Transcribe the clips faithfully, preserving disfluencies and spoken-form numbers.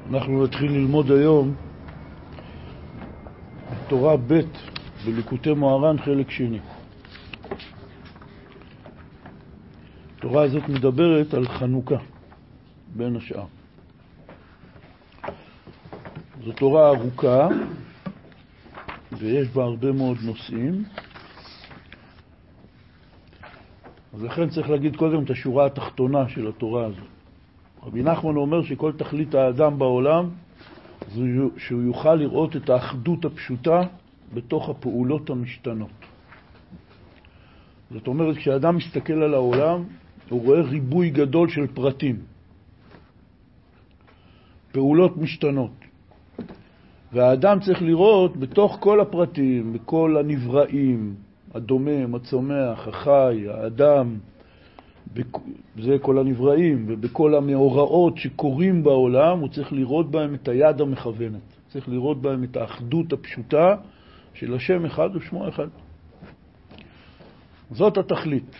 אנחנו נתחיל ללמוד היום תורה ב' בליקוטי מוהר"ן חלק שני. התורה הזאת מדברת על חנוכה בין השאר. זו תורה ארוכה ויש בה הרבה מאוד נושאים, אז לכן צריך להגיד קודם את השורה התחתונה של התורה הזאת. רבי נחמן אומר שכל תכלית האדם בעולם זה שהוא יוכל לראות את האחדות הפשוטה בתוך הפעולות המשתנות. זאת אומרת, כשאדם מסתכל על העולם, הוא רואה ריבוי גדול של פרטים, פעולות משתנות. והאדם צריך לראות בתוך כל הפרטים, בכל הנבראים, הדומם, הצומח, החי, האדם, זה כל הנבראים, ובכל המאורעות שקורים בעולם, הוא צריך לראות בהם את היד המכוונת. צריך לראות בהם את האחדות הפשוטה של השם אחד ושמו אחד. זאת התכלית.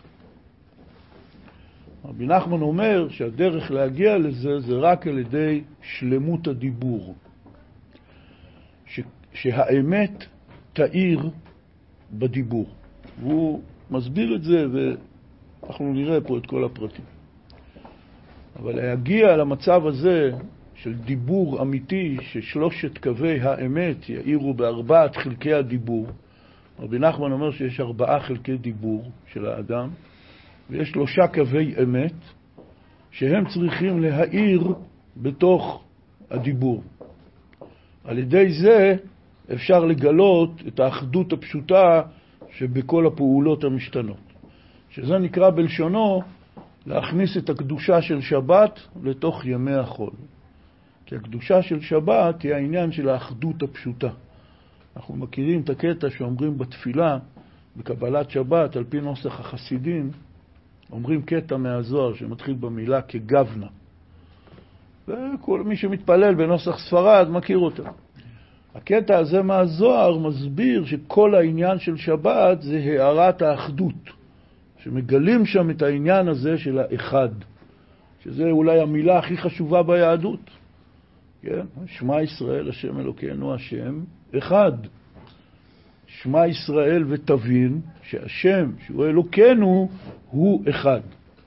רבי נחמן אומר שהדרך להגיע לזה זה רק על ידי שלמות הדיבור. ש... שהאמת תאיר בדיבור. והוא מסביר את זה ואנחנו נראה פה את כל הפרטים. אבל להגיע למצב הזה של דיבור אמיתי, ששלושת קווי האמת יאירו בארבעת חלקי הדיבור. רבי נחמן אומר שיש ארבעה חלקי דיבור של האדם, ויש שלושה קווי אמת שהם צריכים להאיר בתוך הדיבור. על ידי זה אפשר לגלות את האחדות הפשוטה שבכל הפעולות המשתנות. שזה נקרא בלשונו להכניס את הקדושה של שבת לתוך ימי החול. כי הקדושה של שבת היא העניין של האחדות הפשוטה. אנחנו מכירים את הקטע שאומרים בתפילה, בקבלת שבת, על פי נוסח החסידים, אומרים קטע מהזוהר שמתחיל במילה כגוונה. וכל מי שמתפלל בנוסח ספרד מכיר אותה. הקטע הזה מהזוהר מסביר שכל העניין של שבת זה הערת האחדות. שמגלים שם את העניין הזה של האחד. שזה אולי המילה הכי חשובה ביהדות. כן? שמע ישראל, השם אלוקינו, השם אחד. שמע ישראל ותבין שהשם, שהוא אלוקינו, הוא אחד.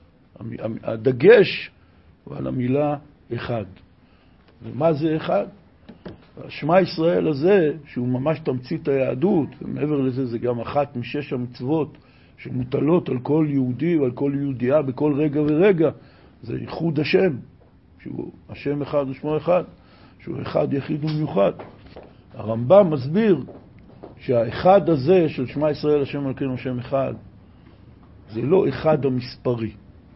הדגש הוא על המילה אחד. ומה זה אחד? שמע ישראל הזה, שהוא ממש תמצית היהדות, ומעבר לזה זה גם אחת משש המצוות שמוטלות על כל יהודי ועל כל יהודייה בכל רגע ורגע, זה ייחוד השם, שהוא השם אחד ושמו אחד, שהוא אחד יחיד ומיוחד. הרמב"ם מסביר שהאחד הזה של שמע ישראל השם אלוקינו השם אחד, זה לא אחד המספרי.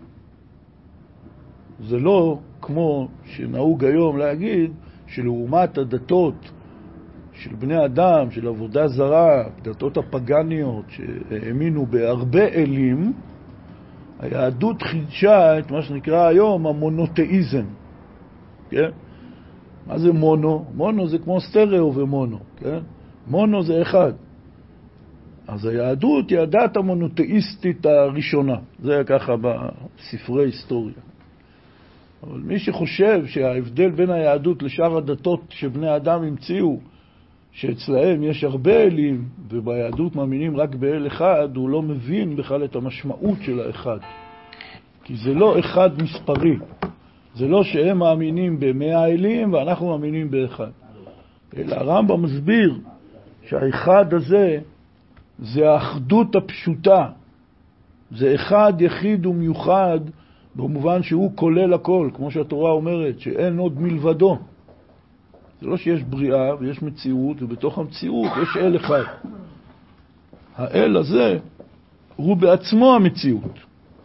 זה לא כמו שנהוג היום להגיד שלעומת הדתות של בני אדם, של עבודה זרה, דתות הפגניות שהאמינו בהרבה אלים, היהדות חידשה את מה שנקרא היום המונותאיזם. כן? מה זה מונו? מונו זה כמו סטריאו ומונו. כן? מונו זה אחד. אז היהדות היא הדת המונותאיסטית הראשונה. זה ככה בספרי היסטוריה. אבל מי שחושב שההבדל בין היהדות לשאר הדתות שבני אדם המציאו, שאצלהם יש הרבה אלים וביהדות מאמינים רק באל אחד, הוא לא מבין בכלל את המשמעות של האחד. כי זה לא אחד מספרי. זה לא שהם מאמינים במאה אלים ואנחנו מאמינים באחד. אלא הרמב"ם מסביר שהאחד הזה זה האחדות הפשוטה. זה אחד יחיד ומיוחד במובן שהוא כולל הכל, כמו שהתורה אומרת, שאין עוד מלבדו. זה לא שיש בריאה ויש מציאות, ובתוך המציאות יש אל אחד. האל הזה הוא בעצמו המציאות.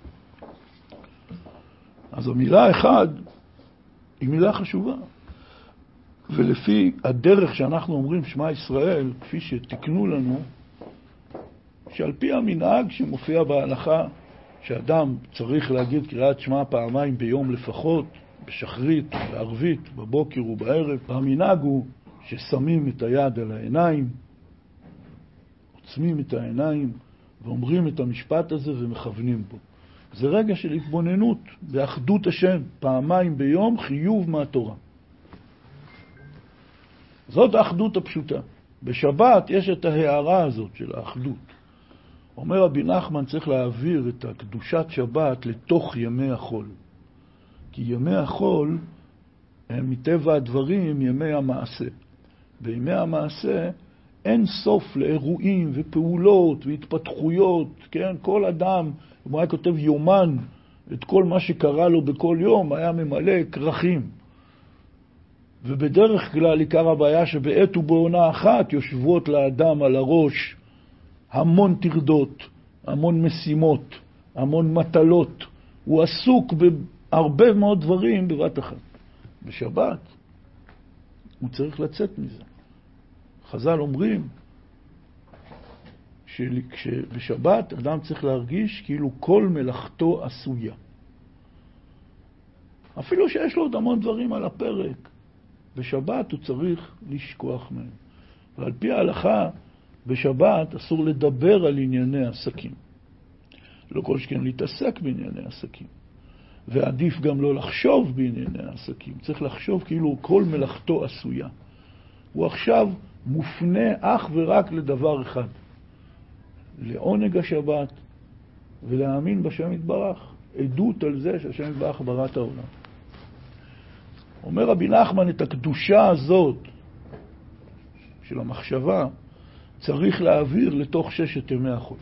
אז המילה אחד היא מילה חשובה. ולפי הדרך שאנחנו אומרים שמע ישראל, כפי שתקנו לנו, שעל פי המנהג שמופיע בהלכה, שאדם צריך להגיד קריאת שמע פעמיים ביום לפחות, בשחרית, בערבית, בבוקר ובערב. המנהג הוא ששמים את היד על העיניים, עוצמים את העיניים ואומרים את המשפט הזה ומכוונים בו. זה רגע של התבוננות באחדות השם, פעמיים ביום חיוב מהתורה. זאת האחדות הפשוטה. בשבת יש את ההערה הזאת של האחדות. אומר רבי נחמן, צריך להעביר את הקדושת שבת לתוך ימי החול. כי ימי החול הם מטבע הדברים ימי המעשה. בימי המעשה אין סוף לאירועים ופעולות והתפתחויות, כן? כל אדם, אם הוא היה כותב יומן, את כל מה שקרה לו בכל יום, היה ממלא כרכים. ובדרך כלל עיקר הבעיה שבעת ובעונה אחת יושבות לאדם על הראש המון תרדות, המון משימות, המון מטלות. הוא עסוק בהרבה מאוד דברים בבת אחת. בשבת הוא צריך לצאת מזה. חז"ל אומרים שבשבת אדם צריך להרגיש כאילו כל מלאכתו עשויה. אפילו שיש לו עוד המון דברים על הפרק, בשבת הוא צריך לשכוח מהם. ועל פי ההלכה, בשבת אסור לדבר על ענייני עסקים. לא כל שכן להתעסק בענייני עסקים. ועדיף גם לא לחשוב בענייני עסקים. צריך לחשוב כאילו כל מלאכתו עשויה. הוא עכשיו מופנה אך ורק לדבר אחד. לעונג השבת ולהאמין בשם יתברך. עדות על זה שהשם יתברך ברא את העולם. אומר רבי נחמן, את הקדושה הזאת של המחשבה צריך להעביר לתוך ששת ימי החול.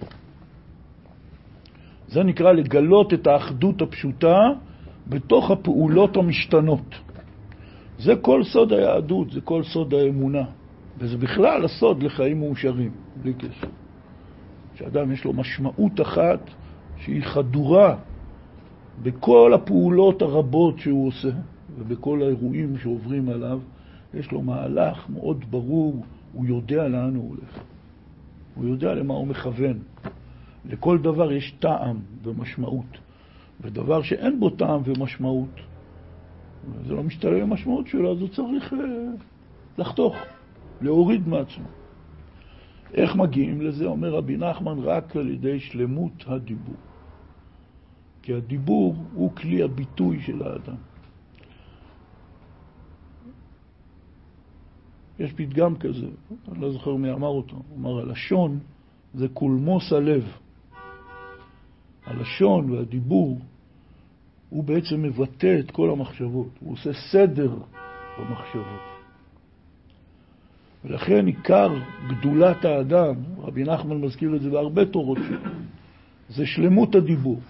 זה נקרא לגלות את האחדות הפשוטה בתוך הפעולות המשתנות. זה כל סוד היהדות, זה כל סוד האמונה. וזה בכלל הסוד לחיים מאושרים, בלי קשר. שאדם יש לו משמעות אחת שהיא חדורה בכל הפעולות הרבות שהוא עושה, ובכל האירועים שעוברים עליו, יש לו מהלך מאוד ברור, הוא יודע לאן הוא הולך. הוא יודע למה הוא מכוון. לכל דבר יש טעם ומשמעות. ודבר שאין בו טעם ומשמעות, זה לא משתלם המשמעות שלו, אז הוא צריך לחתוך, להוריד מעצמו. איך מגיעים לזה? אומר רבי נחמן, רק על ידי שלמות הדיבור. כי הדיבור הוא כלי הביטוי של האדם. יש פתגם כזה, אני לא זוכר מי אמר אותו, הוא אמר, הלשון זה קולמוס הלב. הלשון והדיבור הוא בעצם מבטא את כל המחשבות, הוא עושה סדר במחשבות. ולכן עיקר גדולת האדם, רבי נחמן מזכיר את זה בהרבה תורות שלו, זה שלמות הדיבור.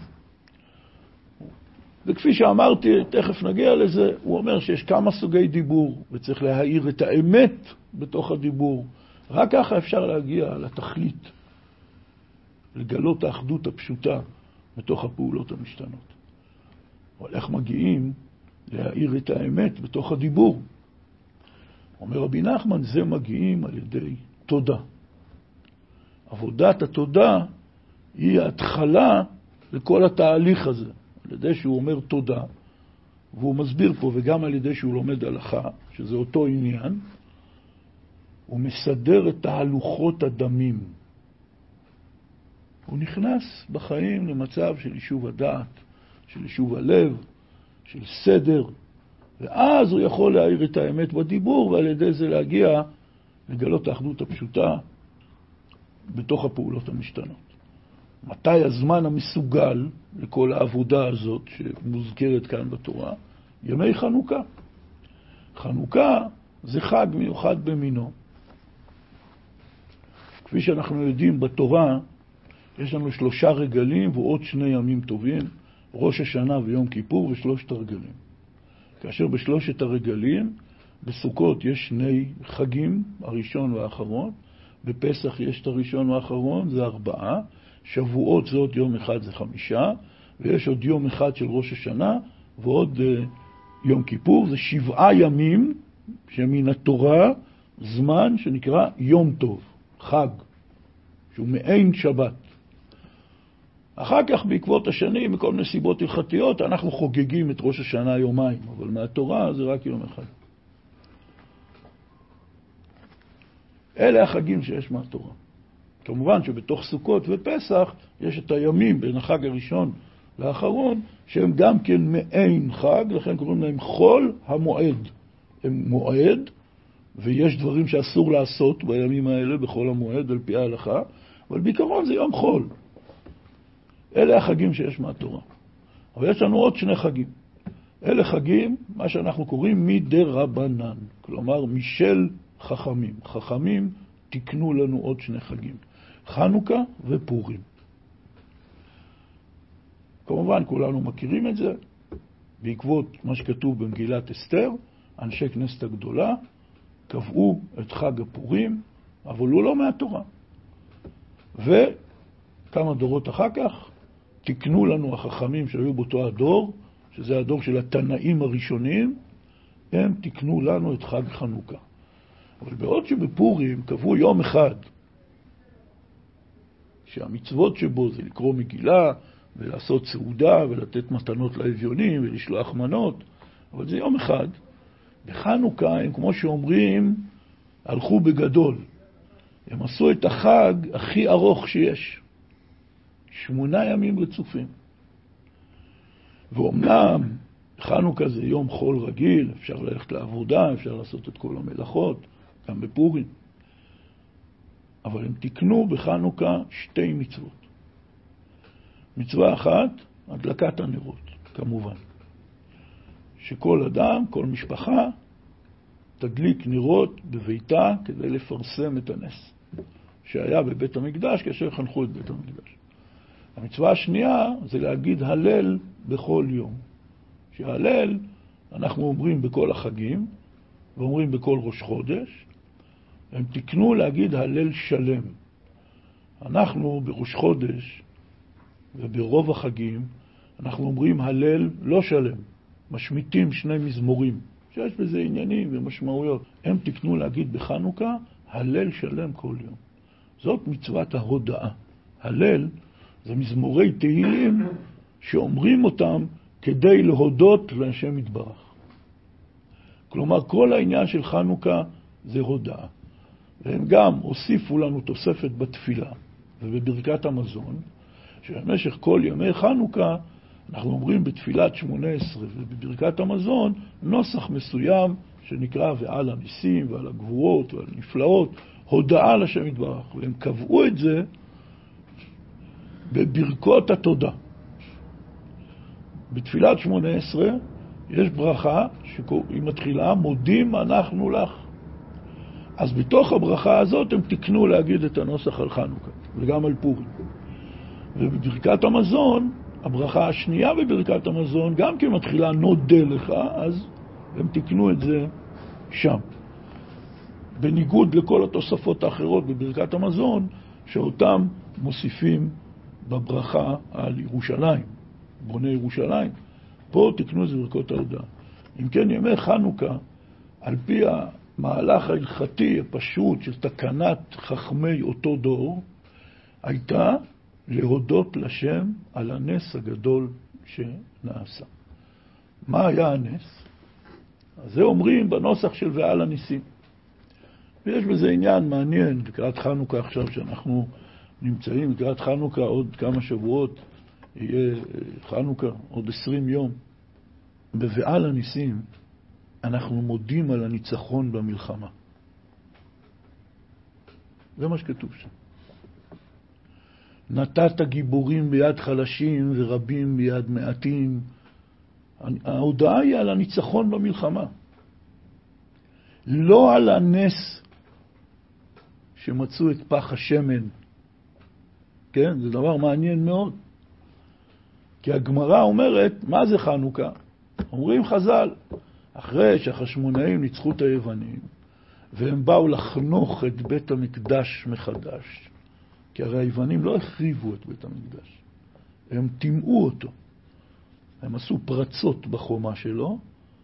וכפי שאמרתי, תכף נגיע לזה, הוא אומר שיש כמה סוגי דיבור, וצריך להעיר את האמת בתוך הדיבור. רק ככה אפשר להגיע לתכלית, לגלות האחדות הפשוטה בתוך הפעולות המשתנות. אבל איך מגיעים להעיר את האמת בתוך הדיבור? אומר רבי נחמן, זה מגיעים על ידי תודה. עבודת התודה היא ההתחלה לכל התהליך הזה. על ידי שהוא אומר תודה, והוא מסביר פה, וגם על ידי שהוא לומד הלכה, שזה אותו עניין, הוא מסדר את תהלוכות הדמים. הוא נכנס בחיים למצב של יישוב הדעת, של יישוב הלב, של סדר, ואז הוא יכול להעיר את האמת בדיבור, ועל ידי זה להגיע לגלות האחדות הפשוטה בתוך הפעולות המשתנות. מתי הזמן המסוגל לכל העבודה הזאת שמוזכרת כאן בתורה? ימי חנוכה. חנוכה זה חג מיוחד במינו. כפי שאנחנו יודעים בתורה, יש לנו שלושה רגלים ועוד שני ימים טובים, ראש השנה ויום כיפור ושלושת הרגלים. כאשר בשלושת הרגלים, בסוכות יש שני חגים, הראשון והאחרון, בפסח יש את הראשון והאחרון, זה ארבעה, שבועות זה עוד יום אחד, זה חמישה, ויש עוד יום אחד של ראש השנה, ועוד uh, יום כיפור, זה שבעה ימים שמן התורה, זמן שנקרא יום טוב, חג, שהוא מעין שבת. אחר כך בעקבות השנים, מכל מיני סיבות הלכתיות, אנחנו חוגגים את ראש השנה יומיים, אבל מהתורה זה רק יום אחד. אלה החגים שיש מהתורה. כמובן שבתוך סוכות ופסח יש את הימים בין החג הראשון לאחרון, שהם גם כן מעין חג, לכן קוראים להם חול המועד. הם מועד, ויש דברים שאסור לעשות בימים האלה בכל המועד על פי ההלכה, אבל בעיקרון זה יום חול. אלה החגים שיש מהתורה. אבל יש לנו עוד שני חגים. אלה חגים, מה שאנחנו קוראים מדרבנן, כלומר משל חכמים. חכמים תקנו לנו עוד שני חגים, חנוכה ופורים. כמובן כולנו מכירים את זה, בעקבות מה שכתוב במגילת אסתר, אנשי כנסת הגדולה קבעו את חג הפורים, אבל הוא לא מהתורה. וכמה דורות אחר כך תקנו לנו החכמים שהיו באותו הדור, שזה הדור של התנאים הראשונים, הם תקנו לנו את חג חנוכה. אבל בעוד שבפורים קבעו יום אחד, שהמצוות שבו זה לקרוא מגילה ולעשות סעודה ולתת מתנות לאביונים ולשלוח מנות, אבל זה יום אחד. בחנוכה הם, כמו שאומרים, הלכו בגדול. הם עשו את החג הכי ארוך שיש. שמונה ימים רצופים. ואומנם חנוכה זה יום חול רגיל, אפשר ללכת לעבודה, אפשר לעשות את כל המלאכות, גם בפורים. אבל הם תקנו בחנוכה שתי מצוות. מצווה אחת, הדלקת הנרות, כמובן. שכל אדם, כל משפחה, תדליק נרות בביתה כדי לפרסם את הנס שהיה בבית המקדש כאשר חנכו את בית המקדש. המצווה השנייה זה להגיד הלל בכל יום. שההלל אנחנו אומרים בכל החגים ואומרים בכל ראש חודש. הם תקנו להגיד הלל שלם. אנחנו בראש חודש וברוב החגים אנחנו אומרים הלל לא שלם. משמיטים שני מזמורים שיש בזה עניינים ומשמעויות. הם תקנו להגיד בחנוכה הלל שלם כל יום. זאת מצוות ההודעה. הלל זה מזמורי תהילים שאומרים אותם כדי להודות להשם יתברך. כלומר, כל העניין של חנוכה זה הודעה. והם גם הוסיפו לנו תוספת בתפילה ובברכת המזון, שבמשך כל ימי חנוכה אנחנו אומרים בתפילת שמונה עשרה ובברכת המזון נוסח מסוים שנקרא ועל הניסים ועל הגבורות ועל נפלאות, הודעה לשם יתברך. והם קבעו את זה בברכות התודה. בתפילת שמונה עשרה יש ברכה שהיא מתחילה מודים אנחנו לך. אז בתוך הברכה הזאת הם תקנו להגיד את הנוסח על חנוכה וגם על פורים. ובברכת המזון, הברכה השנייה בברכת המזון גם כי מתחילה נודה לך, אז הם תקנו את זה שם. בניגוד לכל התוספות האחרות בברכת המזון שאותם מוסיפים בברכה על ירושלים, בוני ירושלים. פה תקנו את זה ברכות ההודעה. אם כן, ימי חנוכה, על פי המהלך ההלכתי הפשוט של תקנת חכמי אותו דור, הייתה להודות לשם על הנס הגדול שנעשה. מה היה הנס? אז זה אומרים בנוסח של ועל הניסים. ויש בזה עניין מעניין, לקראת חנוכה עכשיו שאנחנו נמצאים, לקראת חנוכה עוד כמה שבועות, יהיה חנוכה עוד עשרים יום. בוועל הניסים אנחנו מודים על הניצחון במלחמה. זה מה שכתוב שם. נתת גיבורים ביד חלשים ורבים ביד מעטים. ההודעה היא על הניצחון במלחמה. לא על הנס שמצאו את פח השמן. כן? זה דבר מעניין מאוד. כי הגמרא אומרת, מה זה חנוכה? אומרים חז"ל, אחרי שהחשמונאים ניצחו את היוונים, והם באו לחנוך את בית המקדש מחדש, כי הרי היוונים לא החריבו את בית המקדש, הם טימאו אותו. הם עשו פרצות בחומה שלו,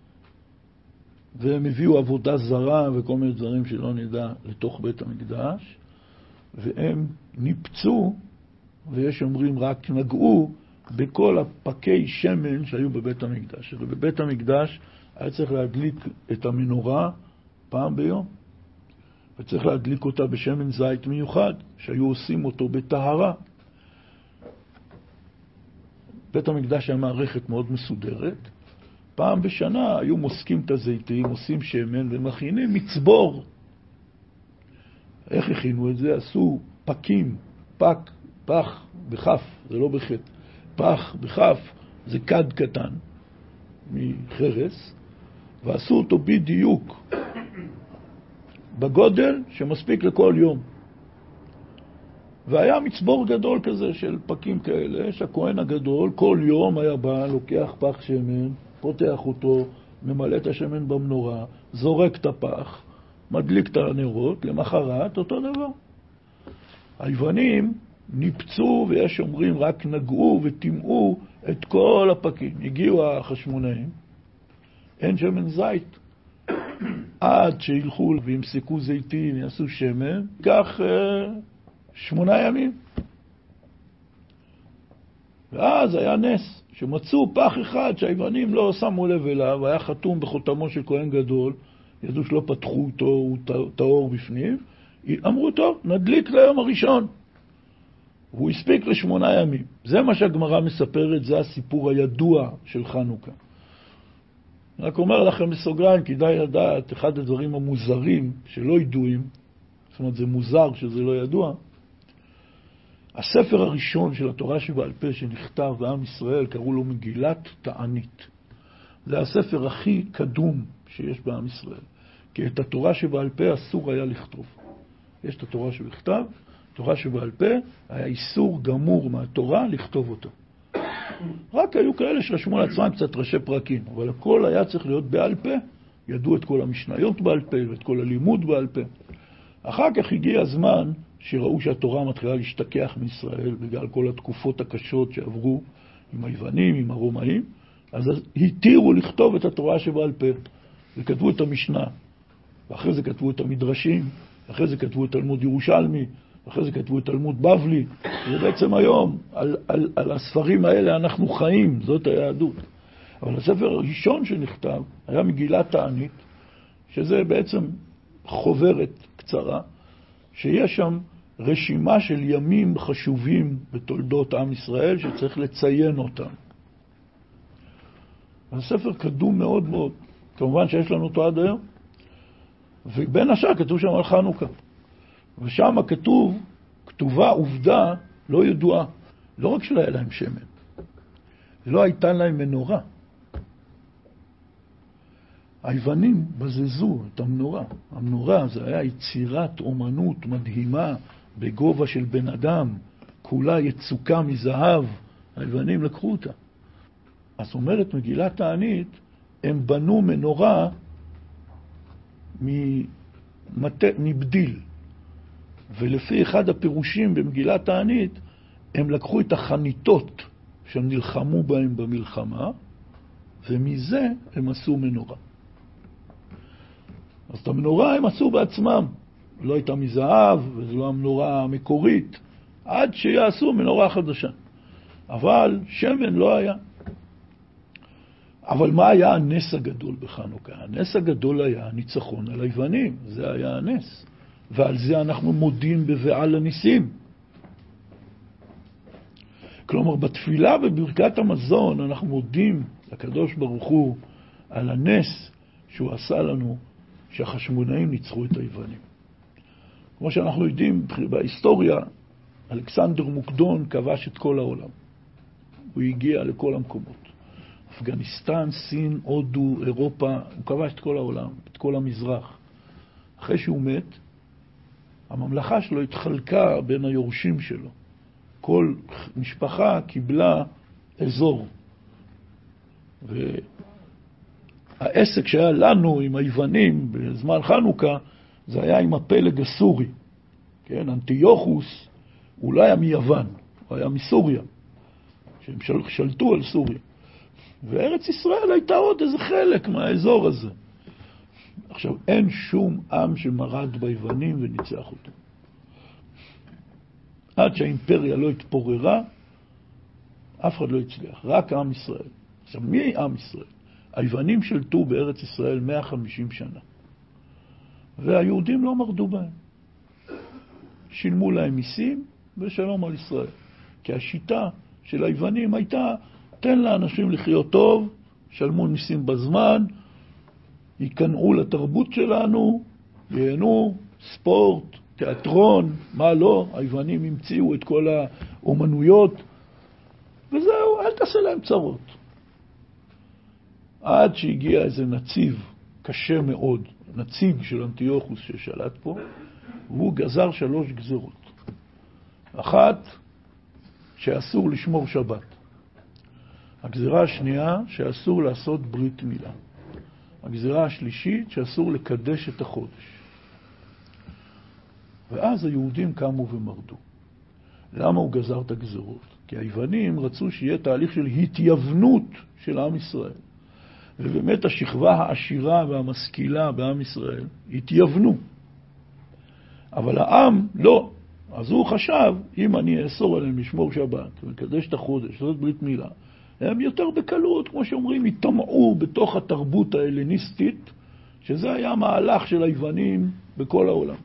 והם הביאו עבודה זרה וכל מיני דברים שלא נדע לתוך בית המקדש, והם ניפצו, ויש אומרים רק נגעו, בכל הפקי שמן שהיו בבית המקדש. ובבית המקדש היה צריך להדליק את המנורה פעם ביום. וצריך להדליק אותה בשמן זית מיוחד, שהיו עושים אותו בטהרה. בית המקדש היה מערכת מאוד מסודרת, פעם בשנה היו מוסקים את הזיתים, עושים שמן ומכינים מצבור. איך הכינו את זה? עשו פקים, פק, פח בחף, זה לא בחט. פח בחף זה קד קטן מחרס, ועשו אותו בדיוק בגודל שמספיק לכל יום. והיה מצבור גדול כזה של פקים כאלה, שהכהן הגדול כל יום היה בא, לוקח פח שמן, פותח אותו, ממלא את השמן במנורה, זורק את הפח, מדליק את הנרות, למחרת אותו דבר. היוונים ניפצו, ויש אומרים רק נגעו וטימאו את כל הפקים. הגיעו החשמונאים, אין שמן זית. עד שילכו וימסקו זיתים, יעשו שמן, כך אה, שמונה ימים. ואז היה נס, שמצאו פח אחד שהיוונים לא שמו לב אליו, היה חתום בחותמו של כהן גדול, ידעו שלא פתחו אותו, הוא טהור בפנים, אמרו טוב, נדליק ליום הראשון. והוא הספיק לשמונה ימים. זה מה שהגמרא מספרת, זה הסיפור הידוע של חנוכה. אני רק אומר לכם בסוגריים, כדאי לדעת, אחד הדברים המוזרים שלא ידועים, זאת אומרת זה מוזר שזה לא ידוע, הספר הראשון של התורה שבעל פה שנכתב בעם ישראל, קראו לו מגילת תענית. זה הספר הכי קדום שיש בעם ישראל. כי את התורה שבעל פה אסור היה לכתוב. יש את התורה שבכתב, התורה שבעל פה היה איסור גמור מהתורה לכתוב אותה. רק היו כאלה שרשמו לעצמם קצת ראשי פרקים, אבל הכל היה צריך להיות בעל פה. ידעו את כל המשניות בעל פה ואת כל הלימוד בעל פה. אחר כך הגיע הזמן שראו שהתורה מתחילה להשתכח מישראל בגלל כל התקופות הקשות שעברו עם היוונים, עם הרומאים, אז התירו לכתוב את התורה שבעל פה, וכתבו את המשנה, ואחרי זה כתבו את המדרשים, ואחרי זה כתבו את תלמוד ירושלמי, ואחרי זה כתבו את תלמוד בבלי. ובעצם היום על, על, על הספרים האלה אנחנו חיים, זאת היהדות. אבל הספר הראשון שנכתב היה מגילת תענית, שזה בעצם חוברת קצרה, שיש שם רשימה של ימים חשובים בתולדות עם ישראל שצריך לציין אותם. הספר קדום מאוד מאוד, כמובן שיש לנו אותו עד היום, ובין השאר כתוב שם על חנוכה. ושם כתוב, כתובה עובדה לא ידועה, לא רק שלא היה להם שמן, לא הייתה להם מנורה. היוונים בזזו את המנורה. המנורה זה היה יצירת אומנות מדהימה בגובה של בן אדם, כולה יצוקה מזהב. היוונים לקחו אותה. אז אומרת מגילת תענית, הם בנו מנורה מבדיל. ולפי אחד הפירושים במגילת תענית, הם לקחו את החניתות שהם נלחמו בהם במלחמה, ומזה הם עשו מנורה. אז את המנורה הם עשו בעצמם. לא הייתה מזהב, וזו לא המנורה המקורית, עד שיעשו מנורה חדשה. אבל שמן לא היה. אבל מה היה הנס הגדול בחנוכה? הנס הגדול היה הניצחון על היוונים. זה היה הנס. ועל זה אנחנו מודים בבעל הניסים. כלומר, בתפילה ובברכת המזון אנחנו מודים לקדוש ברוך הוא על הנס שהוא עשה לנו, שהחשמונאים ניצחו את היוונים. כמו שאנחנו יודעים בהיסטוריה, אלכסנדר מוקדון כבש את כל העולם. הוא הגיע לכל המקומות. אפגניסטן, סין, הודו, אירופה, הוא כבש את כל העולם, את כל המזרח. אחרי שהוא מת, הממלכה שלו התחלקה בין היורשים שלו. כל משפחה קיבלה אזור. והעסק שהיה לנו עם היוונים בזמן חנוכה, זה היה עם הפלג הסורי. כן, אנטיוכוס הוא לא היה מיוון, הוא היה מסוריה, שהם של, שלטו על סוריה. וארץ ישראל הייתה עוד איזה חלק מהאזור הזה. עכשיו, אין שום עם שמרד ביוונים וניצח אותו. עד שהאימפריה לא התפוררה, אף אחד לא הצליח, רק עם ישראל. עכשיו, מי עם ישראל? היוונים שלטו בארץ ישראל מאה וחמישים שנה. והיהודים לא מרדו בהם. שילמו להם מיסים ושלום על ישראל. כי השיטה של היוונים הייתה, תן לאנשים לחיות טוב, שלמו ניסים בזמן, ייכנעו לתרבות שלנו, ייהנו, ספורט, תיאטרון, מה לא, היוונים המציאו את כל האומנויות, וזהו, אל תעשה להם צרות. עד שהגיע איזה נציב קשה מאוד, נציג של אנטיוכוס ששלט פה, והוא גזר שלוש גזרות. אחת, שאסור לשמור שבת. הגזירה השנייה, שאסור לעשות ברית מילה. הגזירה השלישית, שאסור לקדש את החודש. ואז היהודים קמו ומרדו. למה הוא גזר את הגזירות? כי היוונים רצו שיהיה תהליך של התייוונות של עם ישראל. ובאמת השכבה העשירה והמשכילה בעם ישראל התייוונו. אבל העם לא. אז הוא חשב, אם אני אאסור עליהם לשמור שבת ולקדש את החודש, לעשות ברית מילה, הם יותר בקלות, כמו שאומרים, יטמעו בתוך התרבות ההלניסטית, שזה היה מהלך של היוונים בכל העולם.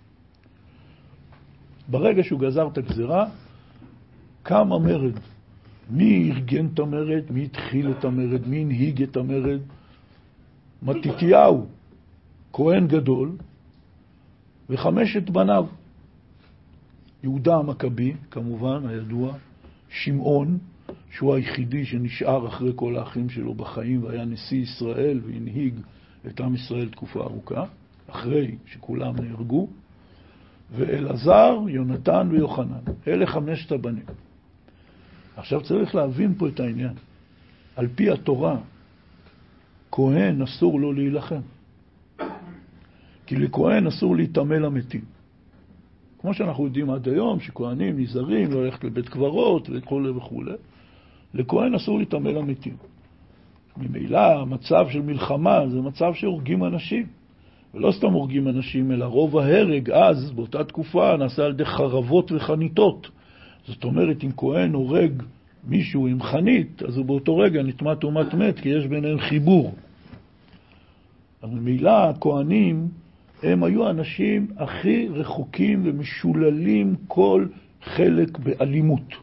ברגע שהוא גזר את הגזירה, קם המרד. מי ארגן את המרד? מי התחיל את המרד? מי הנהיג את המרד? מתתיהו, כהן גדול, וחמשת בניו. יהודה המכבי, כמובן, הידוע, שמעון, שהוא היחידי שנשאר אחרי כל האחים שלו בחיים, והיה נשיא ישראל והנהיג את עם ישראל תקופה ארוכה, אחרי שכולם נהרגו, ואלעזר, יונתן ויוחנן. אלה חמשת הבנים. עכשיו צריך להבין פה את העניין. על פי התורה, כהן אסור לו להילחם. כי לכהן אסור להתאמה למתים. כמו שאנחנו יודעים עד היום, שכהנים נזהרים, לא ללכת לבית קברות וכו' וכו'. לכהן אסור להתאמה למתים. ממילא, המצב של מלחמה זה מצב שהורגים אנשים. ולא סתם הורגים אנשים, אלא רוב ההרג אז, באותה תקופה, נעשה על ידי חרבות וחניתות. זאת אומרת, אם כהן הורג מישהו עם חנית, אז הוא באותו רגע נטמע תאומת מת, כי יש ביניהם חיבור. אז ממילא, הכהנים, הם היו האנשים הכי רחוקים ומשוללים כל חלק באלימות.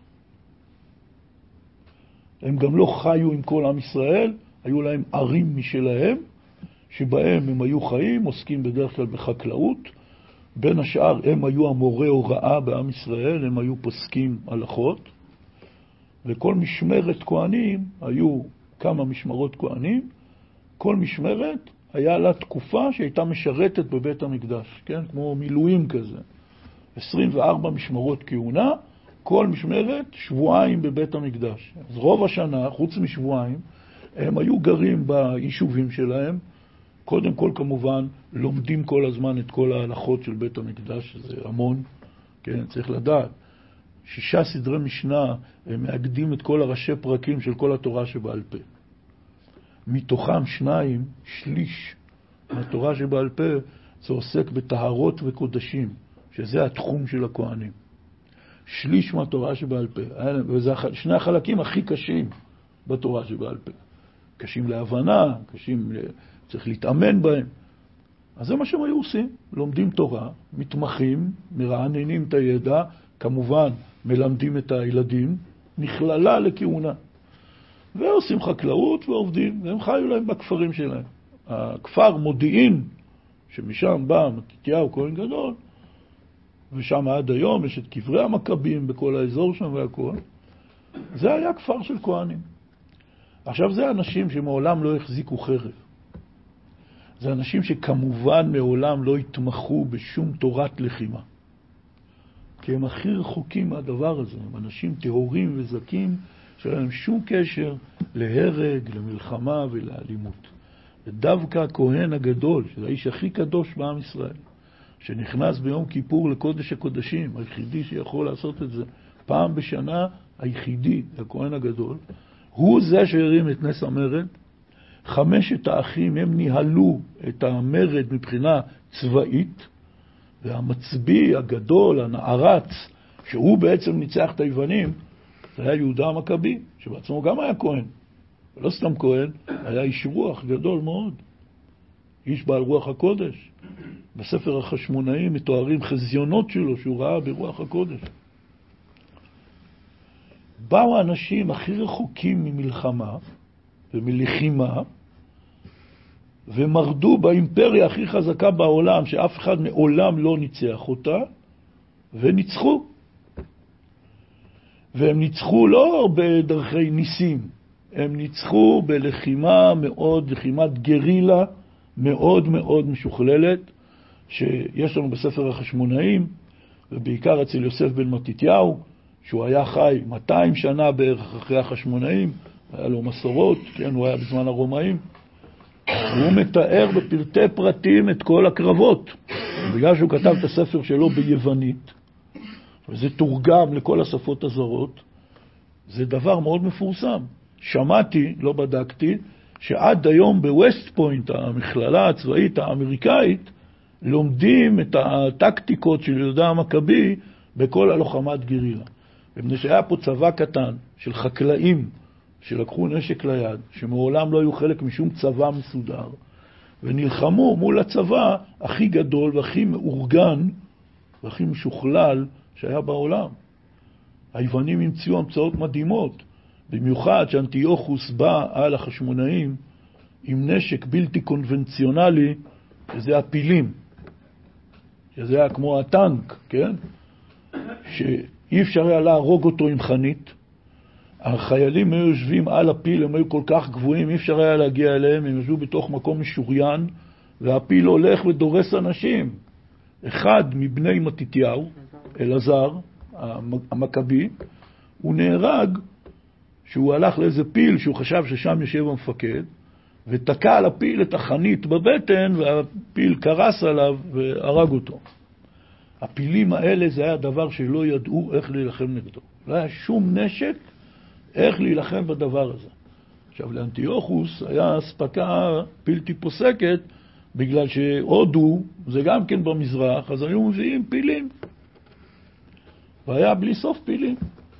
הם גם לא חיו עם כל עם ישראל, היו להם ערים משלהם, שבהם הם היו חיים, עוסקים בדרך כלל בחקלאות. בין השאר הם היו המורה הוראה בעם ישראל, הם היו פוסקים הלכות. וכל משמרת כהנים, היו כמה משמרות כהנים, כל משמרת היה לה תקופה שהייתה משרתת בבית המקדש, כן? כמו מילואים כזה. עשרים וארבע משמרות כהונה, כל משמרת שבועיים בבית המקדש. אז רוב השנה, חוץ משבועיים, הם היו גרים ביישובים שלהם. קודם כל, כמובן, לומדים כל הזמן את כל ההלכות של בית המקדש, זה המון, כן? צריך לדעת. שישה סדרי משנה, הם מאגדים את כל הראשי פרקים של כל התורה שבעל פה. מתוכם שניים, שליש מהתורה שבעל פה, זה עוסק בטהרות וקודשים, שזה התחום של הכהנים. שליש מהתורה שבעל פה, וזה שני החלקים הכי קשים בתורה שבעל פה. קשים להבנה, קשים, צריך להתאמן בהם. אז זה מה שהם היו עושים, לומדים תורה, מתמחים, מרעננים את הידע, כמובן מלמדים את הילדים, נכללה לכהונה. ועושים חקלאות ועובדים, והם חיו להם בכפרים שלהם. הכפר מודיעין, שמשם בא מתתיהו כהן גדול, ושם עד היום יש את קברי המכבים בכל האזור שם והכל, זה היה כפר של כהנים. עכשיו זה אנשים שמעולם לא החזיקו חרב. זה אנשים שכמובן מעולם לא התמחו בשום תורת לחימה. כי הם הכי רחוקים מהדבר הזה. הם אנשים טהורים וזקים שאין להם שום קשר להרג, למלחמה ולאלימות. ודווקא הכהן הגדול, שזה האיש הכי קדוש בעם ישראל, שנכנס ביום כיפור לקודש הקודשים, היחידי שיכול לעשות את זה פעם בשנה, היחידי, הכהן הגדול, הוא זה שהרים את נס המרד. חמשת האחים הם ניהלו את המרד מבחינה צבאית, והמצביא הגדול, הנערץ, שהוא בעצם ניצח את היוונים, זה היה יהודה המכבי, שבעצמו גם היה כהן. ולא סתם כהן, היה איש רוח גדול מאוד. איש בעל רוח הקודש. בספר החשמונאים מתוארים חזיונות שלו שהוא ראה ברוח הקודש. באו האנשים הכי רחוקים ממלחמה, ומלחימה, ומרדו באימפריה הכי חזקה בעולם, שאף אחד מעולם לא ניצח אותה, וניצחו. והם ניצחו לא בדרכי ניסים, הם ניצחו בלחימה מאוד, לחימת גרילה מאוד מאוד משוכללת, שיש לנו בספר החשמונאים, ובעיקר אצל יוסף בן מתתיהו, שהוא היה חי מאתיים שנה בערך אחרי החשמונאים, היה לו מסורות, כן, הוא היה בזמן הרומאים, והוא מתאר בפרטי פרטים את כל הקרבות. בגלל שהוא כתב את הספר שלו ביוונית, וזה תורגם לכל השפות הזרות, זה דבר מאוד מפורסם. שמעתי, לא בדקתי, שעד היום בווסט פוינט, המכללה הצבאית האמריקאית, לומדים את הטקטיקות של יהודה המכבי בכל הלוחמת גרילה. ומפני שהיה פה צבא קטן של חקלאים שלקחו נשק ליד, שמעולם לא היו חלק משום צבא מסודר, ונלחמו מול הצבא הכי גדול והכי מאורגן והכי משוכלל שהיה בעולם. היוונים המציאו המצאות מדהימות, במיוחד שאנטיוכוס בא על החשמונאים עם נשק בלתי קונבנציונלי, שזה הפילים, שזה היה כמו הטנק, כן? שאי אפשר היה להרוג אותו עם חנית. החיילים היו יושבים על הפיל, הם היו כל כך גבוהים, אי אפשר היה להגיע אליהם, הם יושבו בתוך מקום משוריין, והפיל הולך ודורס אנשים. אחד מבני מתתיהו, אלעזר, המכבי, הוא נהרג שהוא הלך לאיזה פיל שהוא חשב ששם יושב המפקד, ותקע על הפיל את החנית בבטן, והפיל קרס עליו והרג אותו. הפילים האלה זה היה דבר שלא ידעו איך להילחם נגדו. לא היה שום נשק איך להילחם בדבר הזה. עכשיו, לאנטיוכוס היה אספקה בלתי פוסקת, בגלל שהודו, זה גם כן במזרח, אז היו מביאים פילים. והיה בלי סוף פילים.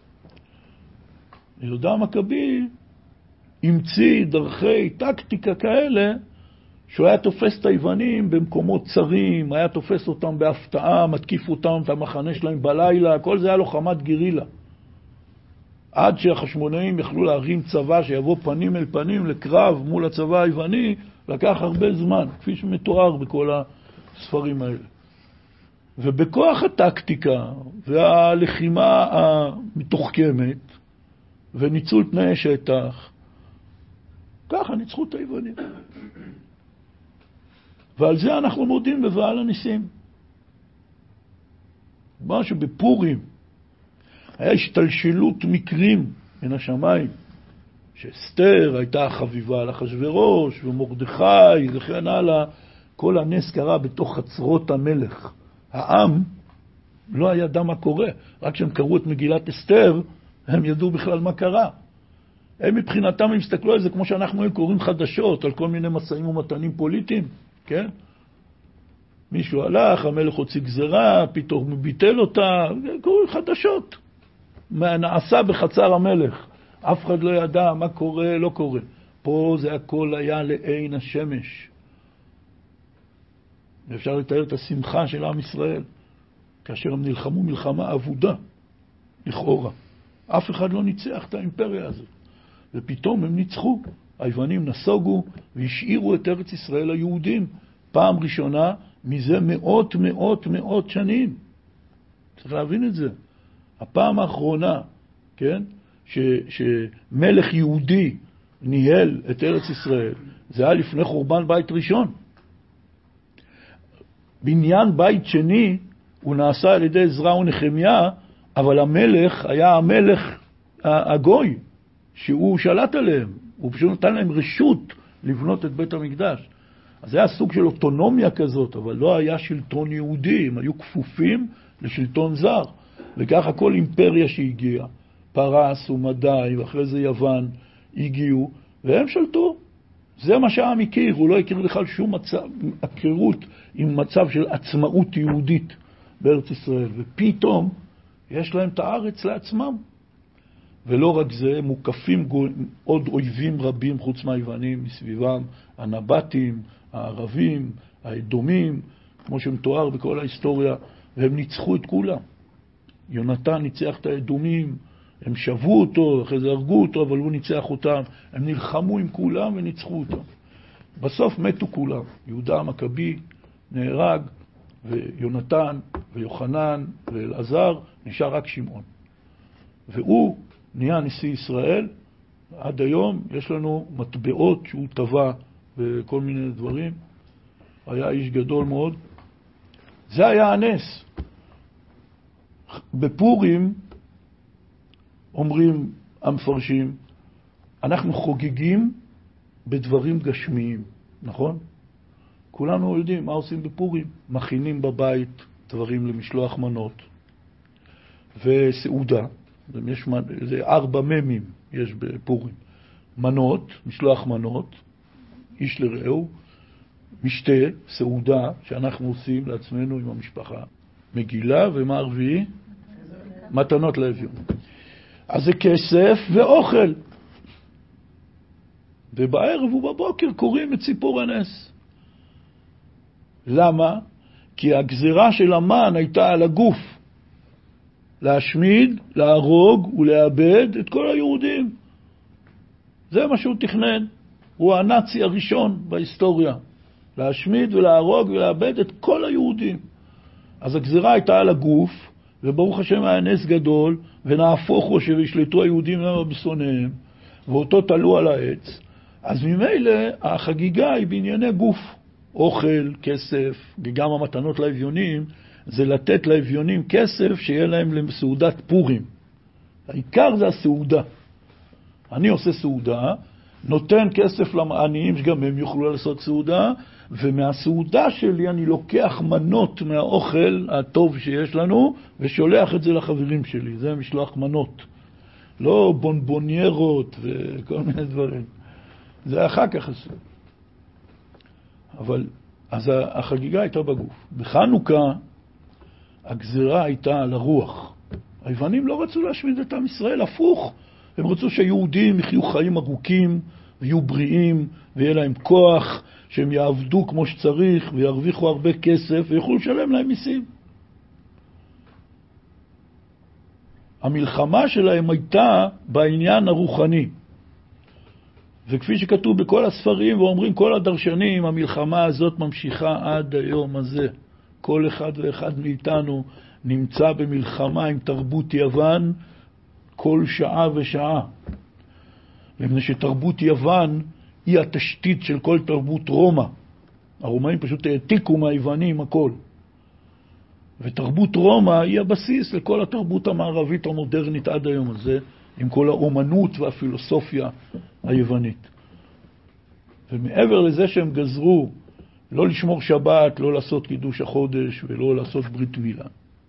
יהודה המכבי המציא דרכי טקטיקה כאלה, שהוא היה תופס את היוונים במקומות צרים, היה תופס אותם בהפתעה, מתקיף אותם, את המחנה שלהם בלילה, כל זה היה לוחמת גרילה. עד שהחשמונאים יכלו להרים צבא שיבוא פנים אל פנים לקרב מול הצבא היווני, לקח הרבה זמן, כפי שמתואר בכל הספרים האלה. ובכוח הטקטיקה והלחימה המתוחכמת וניצול תנאי שטח, ככה ניצחו את היוונים. ועל זה אנחנו מודים בבעל הניסים. משהו בפורים, היה השתלשלות מקרים מן השמיים, שאסתר הייתה חביבה על אחשוורוש, ומרדכי וכן הלאה, כל הנס קרה בתוך חצרות המלך. העם לא ידע מה קורה, רק כשהם קראו את מגילת אסתר, הם ידעו בכלל מה קרה. הם מבחינתם הם הסתכלו על זה כמו שאנחנו קוראים חדשות, על כל מיני מסעים ומתנים פוליטיים, כן? מישהו הלך, המלך הוציא גזרה, פתאום הוא ביטל אותה, קוראים חדשות. מה נעשה בחצר המלך. אף אחד לא ידע מה קורה, לא קורה. פה זה הכל היה לעין השמש. ואפשר לתאר את השמחה של עם ישראל, כאשר הם נלחמו מלחמה עבודה, לכאורה. אף אחד לא ניצח את האימפריה הזאת. ופתאום הם ניצחו. היוונים נסוגו והשאירו את ארץ ישראל היהודים פעם ראשונה מזה מאות מאות מאות שנים. צריך להבין את זה. הפעם האחרונה, כן, ש, שמלך יהודי ניהל את ארץ ישראל, זה היה לפני חורבן בית ראשון. בניין בית שני הוא נעשה על ידי עזרא ונחמיה, אבל המלך היה המלך הגוי, שהוא שלט עליהם. הוא פשוט נתן להם רשות לבנות את בית המקדש. אז זה היה סוג של אוטונומיה כזאת, אבל לא היה שלטון יהודי, הם היו כפופים לשלטון זר. וככה כל אימפריה שהגיעה, פרס ומדי, ואחרי זה יוון, הגיעו, והם שלטו. זה מה שהעם הכיר, הוא לא הכיר בכלל שום מצב, הכירות עם מצב של עצמאות יהודית בארץ ישראל. ופתאום יש להם את הארץ לעצמם. ולא רק זה, מוקפים עוד אויבים רבים חוץ מהיוונים מסביבם, הנבטים, הערבים, האדומים, כמו שמתואר בכל ההיסטוריה, והם ניצחו את כולם. יונתן ניצח את האדומים, הם שבו אותו, אחרי זה הרגו אותו, אבל הוא ניצח אותם. הם נלחמו עם כולם וניצחו אותם. בסוף מתו כולם. יהודה המכבי נהרג, ויונתן ויוחנן ואלעזר, נשאר רק שמעון. והוא נהיה נשיא ישראל. עד היום יש לנו מטבעות שהוא טבע וכל מיני דברים. היה איש גדול מאוד. זה היה הנס. בפורים אומרים המפרשים, אנחנו חוגגים בדברים גשמיים, נכון? כולנו יודעים מה עושים בפורים. מכינים בבית דברים למשלוח מנות וסעודה. יש, זה ארבע ממים יש בפורים. מנות, משלוח מנות, איש לרעהו, משתה, סעודה, שאנחנו עושים לעצמנו עם המשפחה. מגילה ומה הרביעי? מתנות לאביון. אז זה כסף ואוכל. ובערב ובבוקר קוראים את סיפור הנס. למה? כי הגזירה של המן הייתה על הגוף. להשמיד, להרוג ולאבד את כל היהודים. זה מה שהוא תכנן. הוא הנאצי הראשון בהיסטוריה. להשמיד ולהרוג ולאבד את כל היהודים. אז הגזירה הייתה על הגוף, וברוך השם היה נס גדול, ונהפוך הוא שישלטו היהודים למה בשונאיהם, ואותו תלו על העץ. אז ממילא החגיגה היא בענייני גוף. אוכל, כסף, וגם המתנות לאביונים, זה לתת לאביונים כסף שיהיה להם לסעודת פורים. העיקר זה הסעודה. אני עושה סעודה, נותן כסף לעניים שגם הם יוכלו לעשות סעודה, ומהסעודה שלי אני לוקח מנות מהאוכל הטוב שיש לנו, ושולח את זה לחברים שלי. זה משלוח מנות. לא בונבוניירות וכל מיני דברים. זה אחר כך עשו. אבל, אז החגיגה הייתה בגוף. בחנוכה, הגזירה הייתה על הרוח. היוונים לא רצו להשמיד את עם ישראל, הפוך. הם רצו שהיהודים יחיו חיים ארוכים, ויהיו בריאים, ויהיה להם כוח, שהם יעבדו כמו שצריך, וירוויחו הרבה כסף, ויוכלו לשלם להם מיסים. המלחמה שלהם הייתה בעניין הרוחני. וכפי שכתוב בכל הספרים, ואומרים כל הדרשנים, המלחמה הזאת ממשיכה עד היום הזה. כל אחד ואחד מאיתנו נמצא במלחמה עם תרבות יוון כל שעה ושעה. ומפני שתרבות יוון היא התשתית של כל תרבות רומא. הרומאים פשוט העתיקו מהיוונים הכל. ותרבות רומא היא הבסיס לכל התרבות המערבית המודרנית עד היום הזה, עם כל האומנות והפילוסופיה היוונית. ומעבר לזה שהם גזרו לא לשמור שבת, לא לעשות קידוש החודש ולא לעשות ברית מילה.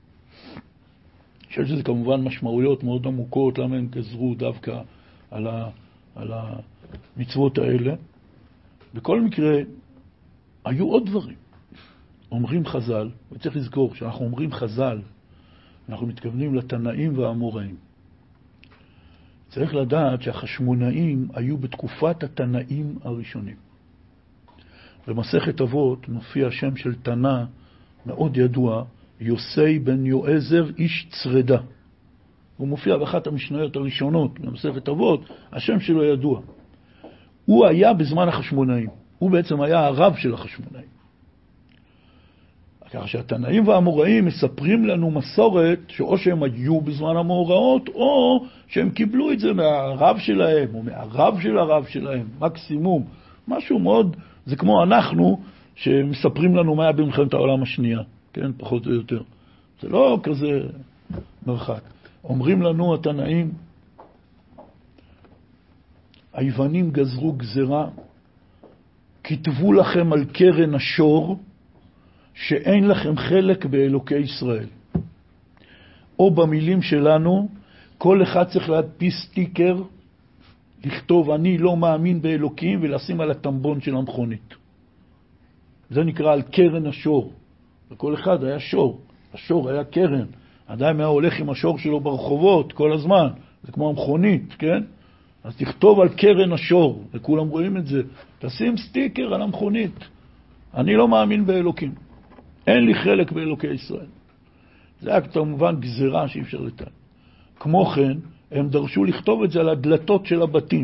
יש לזה כמובן משמעויות מאוד עמוקות, למה הם גזרו דווקא על, ה, על המצוות האלה. בכל מקרה, היו עוד דברים. אומרים חז"ל, וצריך לזכור שאנחנו אומרים חז"ל, אנחנו מתכוונים לתנאים והאמוראים. צריך לדעת שהחשמונאים היו בתקופת התנאים הראשונים. במסכת אבות מופיע שם של תנא מאוד ידוע, יוסי בן יועזר איש צרדה. הוא מופיע באחת המשניות הראשונות במסכת אבות, השם שלו ידוע. הוא היה בזמן החשמונאים, הוא בעצם היה הרב של החשמונאים. ככה שהתנאים והאמוראים מספרים לנו מסורת שאו שהם היו בזמן המאורעות, או שהם קיבלו את זה מהרב שלהם, או מהרב של הרב שלהם, מקסימום. משהו מאוד, זה כמו אנחנו, שמספרים לנו מה היה במלחמת העולם השנייה, כן, פחות או יותר. זה לא כזה מרחק. אומרים לנו התנאים, היוונים גזרו גזרה, כתבו לכם על קרן השור, שאין לכם חלק באלוקי ישראל. או במילים שלנו, כל אחד צריך להדפיס סטיקר, לכתוב אני לא מאמין באלוקים, ולשים על הטמבון של המכונית. זה נקרא על קרן השור. וכל אחד היה שור. השור היה קרן. אדם היה הולך עם השור שלו ברחובות כל הזמן. זה כמו המכונית, כן? אז תכתוב על קרן השור, וכולם רואים את זה. תשים סטיקר על המכונית. אני לא מאמין באלוקים. אין לי חלק באלוקי ישראל. זה היה כמובן גזירה שאי אפשר לתת. כמו כן, הם דרשו לכתוב את זה על הדלתות של הבתים.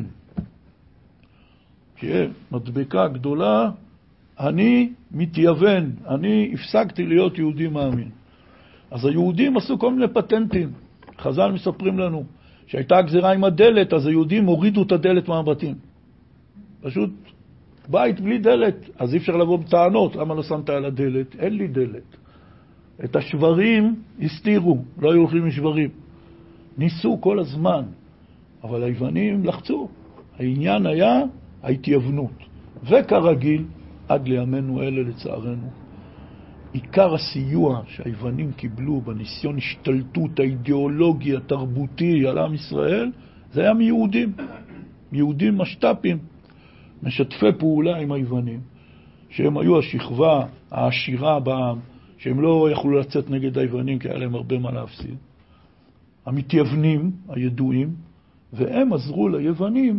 שיהיה מדבקה גדולה, אני מתייוון, אני הפסקתי להיות יהודי מאמין. אז היהודים עשו כל מיני פטנטים. חז"ל מספרים לנו שהייתה גזירה עם הדלת, אז היהודים הורידו את הדלת מהבתים. פשוט בית בלי דלת, אז אי אפשר לבוא בטענות, למה לא שמת על הדלת? אין לי דלת. את השברים הסתירו, לא היו הולכים משברים. ניסו כל הזמן, אבל היוונים לחצו. העניין היה ההתייוונות. וכרגיל, עד לימינו אלה לצערנו, עיקר הסיוע שהיוונים קיבלו בניסיון השתלטות האידיאולוגי התרבותי על עם ישראל, זה היה מיהודים. יהודים משת"פים, משתפי פעולה עם היוונים, שהם היו השכבה העשירה בעם, שהם לא יכלו לצאת נגד היוונים כי היה להם הרבה מה להפסיד. המתייוונים, הידועים, והם עזרו ליוונים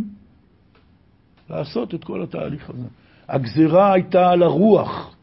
לעשות את כל התהליך הזה. הגזירה הייתה על הרוח.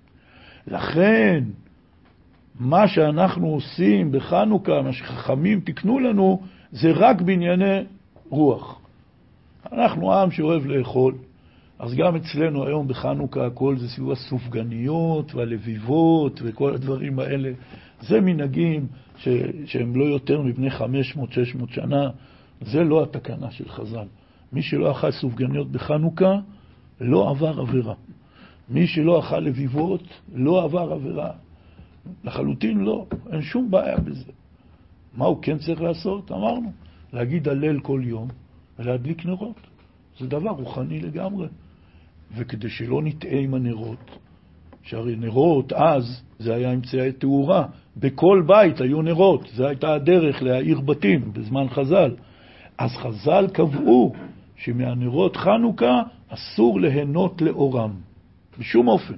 לכן, מה שאנחנו עושים בחנוכה, מה שחכמים תקנו לנו, זה רק בענייני רוח. אנחנו עם שאוהב לאכול, אז גם אצלנו היום בחנוכה הכל זה סביב הסופגניות והלביבות וכל הדברים האלה. זה מנהגים ש... שהם לא יותר מבני חמש מאות שש מאות שנה. זה לא התקנה של חז"ל. מי שלא אכל סופגניות בחנוכה לא עבר עבירה. מי שלא אכל לביבות לא עבר עבירה. לחלוטין לא, אין שום בעיה בזה. מה הוא כן צריך לעשות? אמרנו, להגיד הלל כל יום ולהדליק נרות. זה דבר רוחני לגמרי. וכדי שלא נטעה עם הנרות, שהרי נרות אז זה היה אמצעי תאורה. בכל בית היו נרות, זה הייתה הדרך להאיר בתים בזמן חז"ל. אז חז"ל קבעו שמהנרות חנוכה אסור ליהנות לאורם. בשום אופן.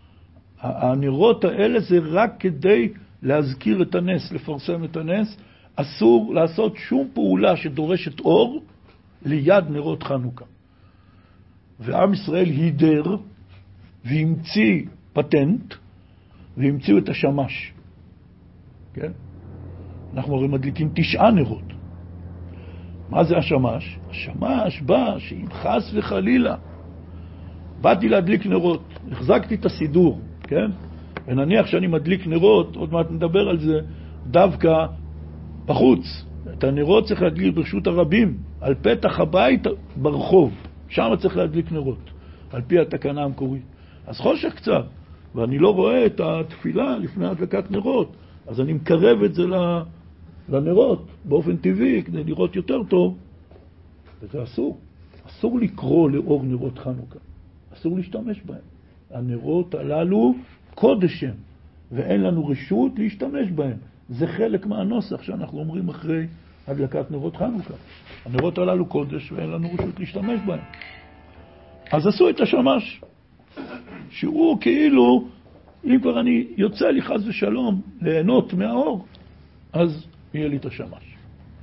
הנרות האלה זה רק כדי להזכיר את הנס, לפרסם את הנס. אסור לעשות שום פעולה שדורשת אור ליד נרות חנוכה. ועם ישראל הידר והמציא פטנט והמציאו את השמש. כן? אנחנו הרי מדליקים תשעה נרות. מה זה השמש? השמש בא שאם חס וחלילה באתי להדליק נרות, החזקתי את הסידור, כן? ונניח שאני מדליק נרות, עוד מעט נדבר על זה, דווקא בחוץ. את הנרות צריך להדליק ברשות הרבים, על פתח הבית ברחוב. שם צריך להדליק נרות, על פי התקנה המקורית. אז חושך קצת, ואני לא רואה את התפילה לפני הדלקת נרות, אז אני מקרב את זה לנרות באופן טבעי, כדי לראות יותר טוב. וזה אסור. אסור לקרוא לאור נרות חנוכה. אסור להשתמש בהם. הנרות הללו קודש הם, ואין לנו רשות להשתמש בהם. זה חלק מהנוסח שאנחנו אומרים אחרי הדלקת נרות חנוכה. הנרות הללו קודש ואין לנו רשות להשתמש בהם. אז עשו את השמש, שהוא כאילו, אם כבר אני יוצא לי חס ושלום ליהנות מהאור, אז יהיה לי את השמש.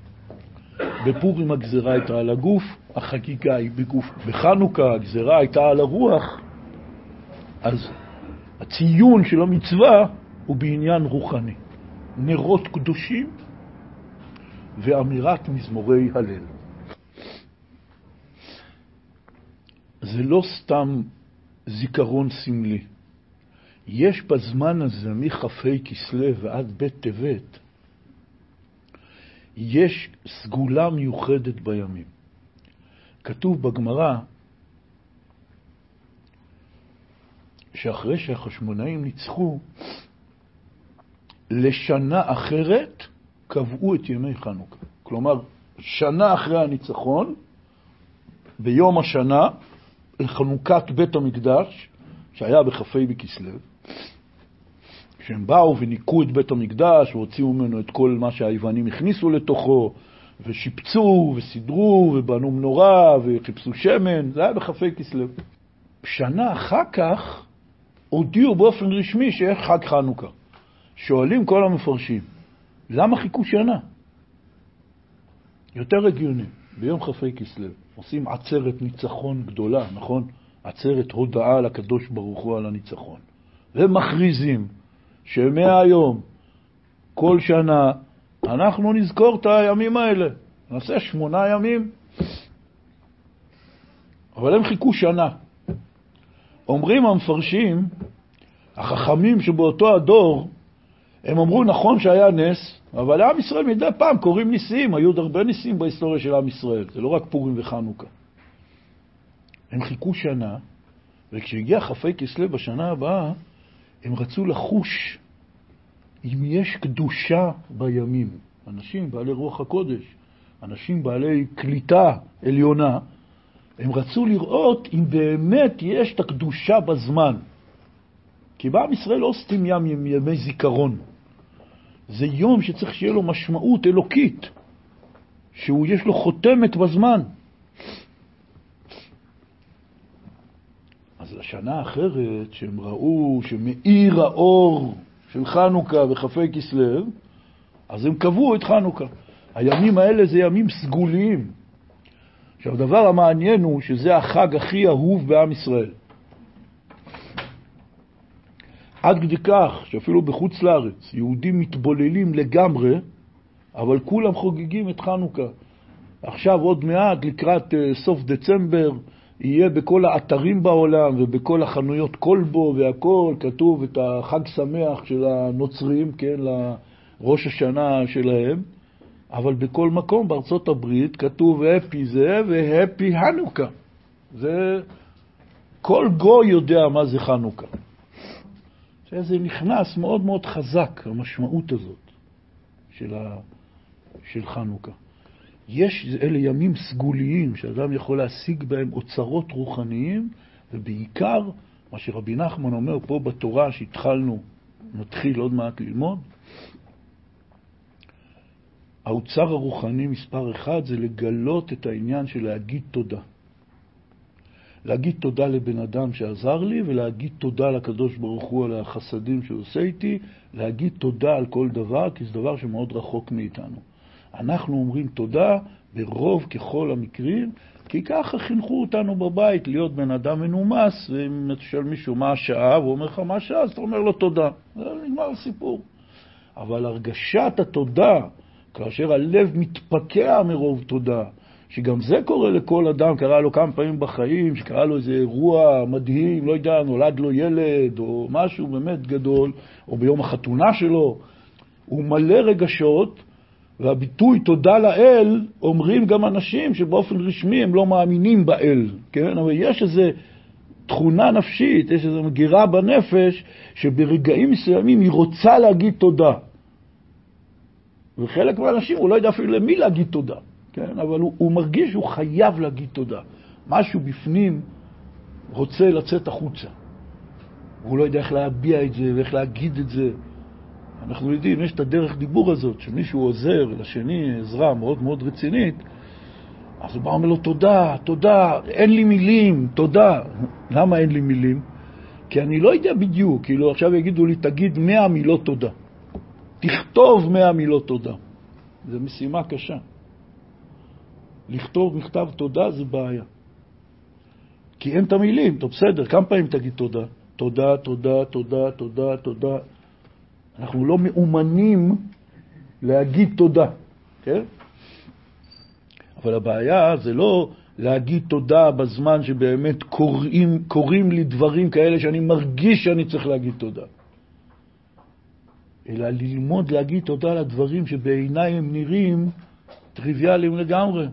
בפורים הגזרה הייתה על הגוף, החגיגה היא בגוף. בחנוכה הגזרה הייתה על הרוח, אז הציון של המצווה הוא בעניין רוחני. נרות קדושים ואמירת מזמורי הלל. זה לא סתם זיכרון סמלי. יש בזמן הזה מחפי כסלו ועד בית טבת, יש סגולה מיוחדת בימים. כתוב בגמרא שאחרי שהחשמונאים ניצחו, לשנה אחרת קבעו את ימי חנוכה. כלומר, שנה אחרי הניצחון, ביום השנה, לחנוכת בית המקדש, שהיה בחפי בכסלו, כשהם באו וניקו את בית המקדש, והוציאו ממנו את כל מה שהיוונים הכניסו לתוכו, ושיפצו וסידרו ובנו מנורה וחיפשו שמן, זה היה בחפי כסלו. שנה אחר כך הודיעו באופן רשמי שיש חג חנוכה. שואלים כל המפרשים, למה חיכו שנה? יותר הגיוני, ביום חפי כסלו עושים עצרת ניצחון גדולה, נכון? עצרת הודעה לקדוש ברוך הוא על הניצחון. ומכריזים שמהיום, כל שנה, אנחנו נזכור את הימים האלה. נעשה שמונה ימים. אבל הם חיכו שנה. אומרים המפרשים, החכמים שבאותו הדור, הם אמרו נכון שהיה נס, אבל עם ישראל מדי פעם קוראים ניסים, היו עוד הרבה ניסים בהיסטוריה של עם ישראל, זה לא רק פורים וחנוכה. הם חיכו שנה, וכשהגיע כ"ה כסלו בשנה הבאה, הם רצו לחוש אם יש קדושה בימים. אנשים בעלי רוח הקודש, אנשים בעלי קליטה עליונה, הם רצו לראות אם באמת יש את הקדושה בזמן. כי בעם ישראל לא עושים ים ימי זיכרון. זה יום שצריך שיהיה לו משמעות אלוקית, שהוא יש לו חותמת בזמן. אז לשנה האחרת שהם ראו שמאיר האור של חנוכה וכ"ה כסלו, אז הם קבעו את חנוכה. הימים האלה זה ימים סגוליים. עכשיו, הדבר המעניין הוא שזה החג הכי אהוב בעם ישראל. עד כדי כך שאפילו בחוץ לארץ יהודים מתבוללים לגמרי, אבל כולם חוגגים את חנוכה. עכשיו עוד מעט לקראת סוף דצמבר יהיה בכל האתרים בעולם ובכל החנויות כלבו והכל כתוב את החג שמח של הנוצרים, כן, לראש השנה שלהם. אבל בכל מקום בארצות הברית כתוב הפי זה והפי חנוכה. זה כל גוי יודע מה זה חנוכה. זה נכנס מאוד מאוד חזק, המשמעות הזאת של, ה... של חנוכה. יש, אלה ימים סגוליים שאדם יכול להשיג בהם אוצרות רוחניים, ובעיקר מה שרבי נחמן אומר פה בתורה שהתחלנו, נתחיל עוד מעט ללמוד, האוצר הרוחני מספר אחד זה לגלות את העניין של להגיד תודה. להגיד תודה לבן אדם שעזר לי, ולהגיד תודה לקדוש ברוך הוא על החסדים שהוא עושה איתי, להגיד תודה על כל דבר, כי זה דבר שמאוד רחוק מאיתנו. אנחנו אומרים תודה ברוב ככל המקרים, כי ככה חינכו אותנו בבית להיות בן אדם מנומס, ואם תשאל מישהו מה השעה, והוא אומר לך מה השעה, אז אתה אומר לו תודה. זה נגמר הסיפור. אבל הרגשת התודה, כאשר הלב מתפקע מרוב תודה, שגם זה קורה לכל אדם, קרה לו כמה פעמים בחיים, שקרה לו איזה אירוע מדהים, לא יודע, נולד לו ילד, או משהו באמת גדול, או ביום החתונה שלו, הוא מלא רגשות, והביטוי תודה לאל, אומרים גם אנשים שבאופן רשמי הם לא מאמינים באל, כן? אבל יש איזו תכונה נפשית, יש איזו מגירה בנפש, שברגעים מסוימים היא רוצה להגיד תודה. וחלק מהאנשים הוא לא יודע אפילו למי להגיד תודה, כן? אבל הוא, הוא מרגיש שהוא חייב להגיד תודה. משהו בפנים רוצה לצאת החוצה. הוא לא יודע איך להביע את זה ואיך להגיד את זה. אנחנו יודעים, יש את הדרך דיבור הזאת, שמישהו עוזר לשני עזרה מאוד מאוד רצינית, אז הוא בא אומר לו תודה, תודה, אין לי מילים, תודה. למה אין לי מילים? כי אני לא יודע בדיוק, כאילו עכשיו יגידו לי תגיד מאה מילות תודה. תכתוב מאה מילות תודה. זו משימה קשה. לכתוב מכתב תודה זה בעיה. כי אין את המילים, טוב בסדר, כמה פעמים תגיד תודה? תודה, תודה, תודה, תודה, תודה. אנחנו לא מאומנים להגיד תודה, כן? אבל הבעיה זה לא להגיד תודה בזמן שבאמת קוראים, קוראים לי דברים כאלה שאני מרגיש שאני צריך להגיד תודה. אלא ללמוד להגיד תודה לדברים שבעיניי הם נראים טריוויאליים לגמרי.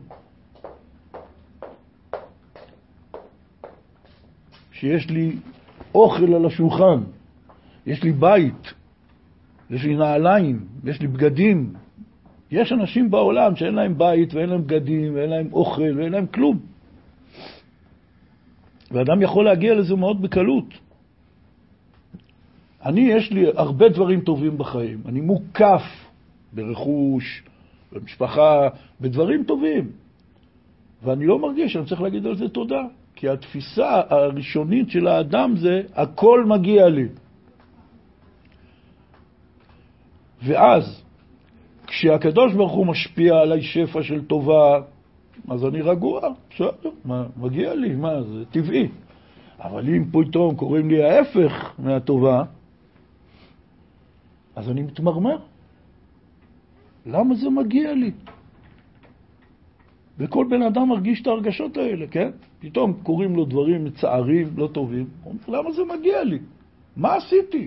שיש לי אוכל על השולחן, יש לי בית, יש לי נעליים, יש לי בגדים. יש אנשים בעולם שאין להם בית ואין להם בגדים ואין להם אוכל ואין להם כלום. ואדם יכול להגיע לזה מאוד בקלות. אני, יש לי הרבה דברים טובים בחיים. אני מוקף ברכוש, במשפחה, בדברים טובים. ואני לא מרגיש שאני צריך להגיד על זה תודה. כי התפיסה הראשונית של האדם זה, הכל מגיע לי. ואז, כשהקדוש ברוך הוא משפיע עליי שפע של טובה, אז אני רגוע, בסדר, מה, מגיע לי, מה, זה טבעי. אבל אם פתאום קוראים לי ההפך מהטובה, אז אני מתמרמר. למה זה מגיע לי? וכל בן אדם מרגיש את הרגשות האלה, כן? פתאום קוראים לו דברים מצערים, לא טובים. הוא אומר, למה זה מגיע לי? מה עשיתי?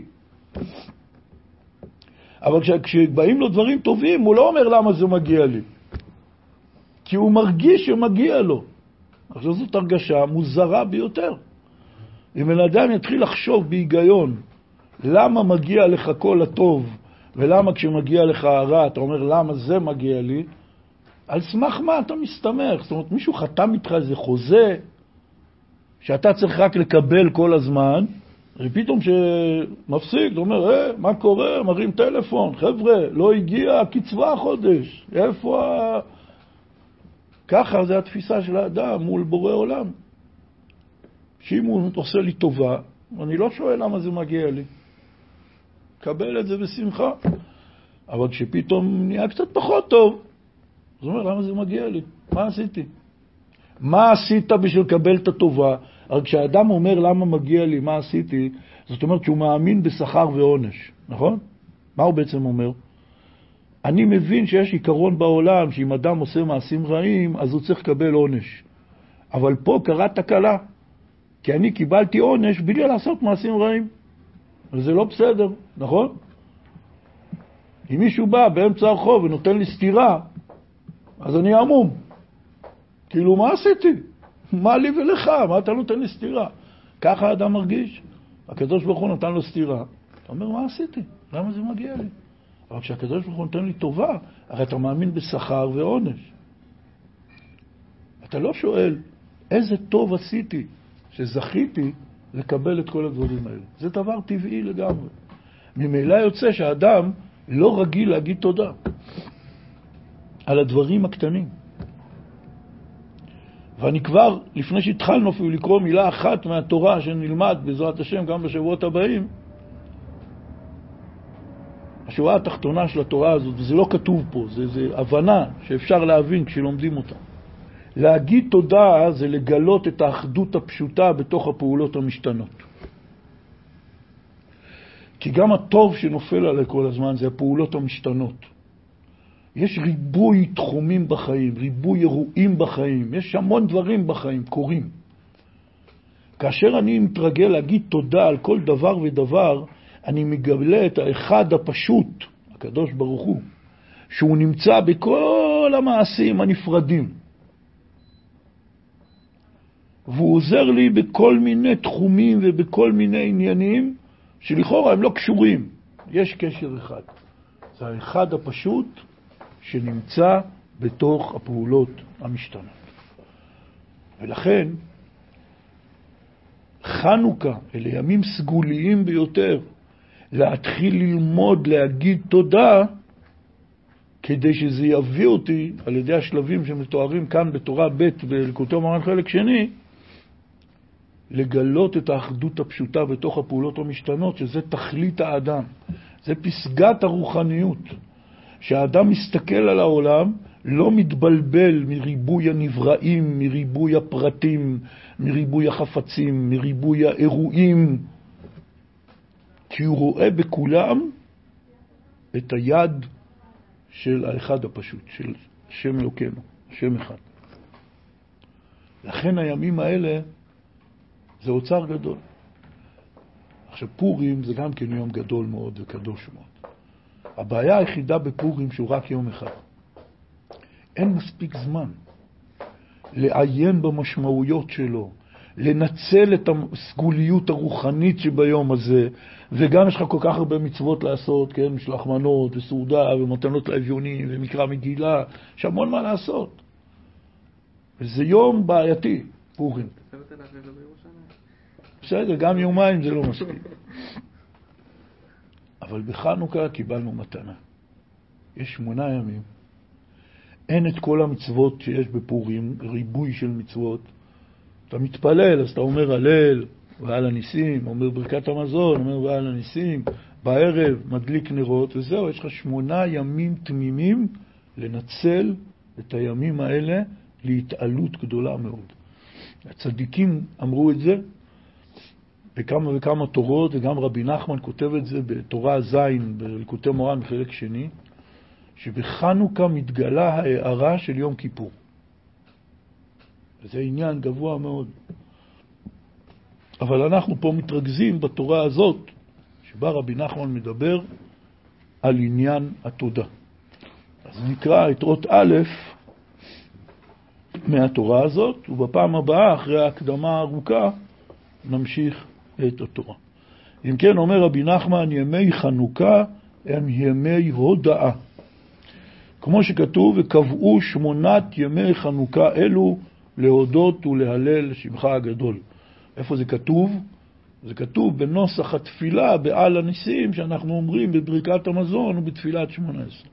אבל כש, כשבאים לו דברים טובים, הוא לא אומר למה זה מגיע לי. כי הוא מרגיש שמגיע לו. עכשיו זאת הרגשה מוזרה ביותר. אם בן אדם יתחיל לחשוב בהיגיון, למה מגיע לך כל הטוב, ולמה כשמגיע לך הרע, אתה אומר למה זה מגיע לי, על סמך מה אתה מסתמך? זאת אומרת, מישהו חתם איתך איזה חוזה, שאתה צריך רק לקבל כל הזמן, ופתאום שמפסיק, אתה אומר, אה, מה קורה? מרים טלפון, חבר'ה, לא הגיע הקצבה החודש, איפה ה... ככה זה התפיסה של האדם מול בורא עולם. שאם הוא עושה לי טובה, אני לא שואל למה זה מגיע לי. קבל את זה בשמחה. אבל כשפתאום נהיה קצת פחות טוב, זאת אומרת, למה זה מגיע לי? מה עשיתי? מה עשית בשביל לקבל את הטובה? אבל כשאדם אומר למה מגיע לי, מה עשיתי, זאת אומרת שהוא מאמין בשכר ועונש, נכון? מה הוא בעצם אומר? אני מבין שיש עיקרון בעולם שאם אדם עושה מעשים רעים, אז הוא צריך לקבל עונש. אבל פה קרה תקלה, כי אני קיבלתי עונש בלי לעשות מעשים רעים. וזה לא בסדר, נכון? אם מישהו בא באמצע הרחוב ונותן לי סתירה, אז אני עמום. כאילו, מה עשיתי? מה לי ולך? מה אתה נותן לי סתירה? ככה האדם מרגיש. הקדוש ברוך הוא נתן לו סתירה. אתה אומר, מה עשיתי? למה זה מגיע לי? אבל כשהקדוש ברוך הוא נותן לי טובה, הרי אתה מאמין בשכר ועונש. אתה לא שואל, איזה טוב עשיתי שזכיתי לקבל את כל הדברים האלה. זה דבר טבעי לגמרי. ממילא יוצא שהאדם לא רגיל להגיד תודה על הדברים הקטנים. ואני כבר, לפני שהתחלנו אפילו לקרוא מילה אחת מהתורה שנלמד בעזרת השם גם בשבועות הבאים, השורה התחתונה של התורה הזאת, וזה לא כתוב פה, זה, זה הבנה שאפשר להבין כשלומדים אותה. להגיד תודה זה לגלות את האחדות הפשוטה בתוך הפעולות המשתנות. כי גם הטוב שנופל עלי כל הזמן זה הפעולות המשתנות. יש ריבוי תחומים בחיים, ריבוי אירועים בחיים, יש המון דברים בחיים, קורים. כאשר אני מתרגל להגיד תודה על כל דבר ודבר, אני מגלה את האחד הפשוט, הקדוש ברוך הוא, שהוא נמצא בכל המעשים הנפרדים. והוא עוזר לי בכל מיני תחומים ובכל מיני עניינים שלכאורה הם לא קשורים. יש קשר אחד. זה האחד הפשוט שנמצא בתוך הפעולות המשתנות. ולכן חנוכה, אלה ימים סגוליים ביותר, להתחיל ללמוד להגיד תודה, כדי שזה יביא אותי על ידי השלבים שמתוארים כאן בתורה ב' בליקוטי מוהר"ן חלק שני, לגלות את האחדות הפשוטה בתוך הפעולות המשתנות, שזה תכלית האדם. זה פסגת הרוחניות. שהאדם מסתכל על העולם, לא מתבלבל מריבוי הנבראים, מריבוי הפרטים, מריבוי החפצים, מריבוי האירועים, כי הוא רואה בכולם את היד של האחד הפשוט, של שם אלוקינו, שם אחד. לכן הימים האלה זה אוצר גדול. עכשיו פורים זה גם כן יום גדול מאוד וקדוש מאוד. הבעיה היחידה בפורים שהוא רק יום אחד. אין מספיק זמן לעיין במשמעויות שלו, לנצל את הסגוליות הרוחנית שביום הזה, וגם יש לך כל כך הרבה מצוות לעשות, כן, משלח מנות וסעודה ומתנות לאביונים ומקרא מגילה, יש המון מה לעשות. וזה יום בעייתי, פורים. בסדר, גם יומיים זה לא מספיק. אבל בחנוכה קיבלנו מתנה. יש שמונה ימים. אין את כל המצוות שיש בפורים, ריבוי של מצוות. אתה מתפלל, אז אתה אומר הלל, ועל הניסים, אומר ברכת המזון, אומר ועל הניסים, בערב מדליק נרות, וזהו, יש לך שמונה ימים תמימים לנצל את הימים האלה להתעלות גדולה מאוד. הצדיקים אמרו את זה בכמה וכמה תורות, וגם רבי נחמן כותב את זה בתורה זין, בליקוטי מוהר"ן בחלק שני, שבחנוכה מתגלה ההארה של יום כיפור. זה עניין גבוה מאוד. אבל אנחנו פה מתרכזים בתורה הזאת, שבה רבי נחמן מדבר על עניין התודה. אז נקרא את אות א' מהתורה הזאת, ובפעם הבאה, אחרי ההקדמה הארוכה, נמשיך את התורה. אם כן, אומר רבי נחמן, ימי חנוכה הם ימי הודאה. כמו שכתוב, וקבעו שמונת ימי חנוכה אלו להודות ולהלל שמך הגדול. איפה זה כתוב? זה כתוב בנוסח התפילה בעל הניסים שאנחנו אומרים בברכת המזון ובתפילת שמונה עשרה.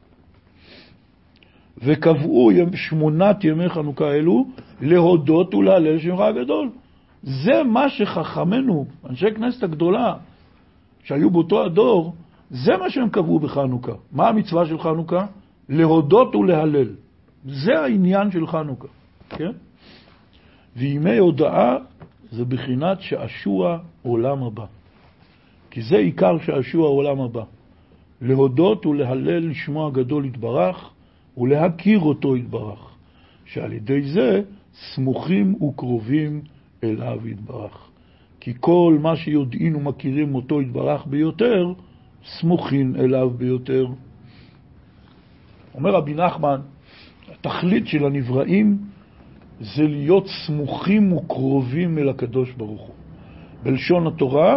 וקבעו שמונת ימי חנוכה אלו להודות ולהלל שמך הגדול. זה מה שחכמנו, אנשי כנסת הגדולה שהיו באותו הדור, זה מה שהם קבעו בחנוכה. מה המצווה של חנוכה? להודות ולהלל. זה העניין של חנוכה, כן? וימי הודאה זה בחינת שעשוע עולם הבא. כי זה עיקר שעשוע עולם הבא. להודות ולהלל לשמו הגדול יתברך, ולהכיר אותו יתברך. שעל ידי זה סמוכים וקרובים אליו יתברך. כי כל מה שיודעים ומכירים אותו יתברך ביותר, סמוכים אליו ביותר. אומר רבי נחמן, התכלית של הנבראים זה להיות סמוכים וקרובים אל הקדוש ברוך הוא. בלשון התורה,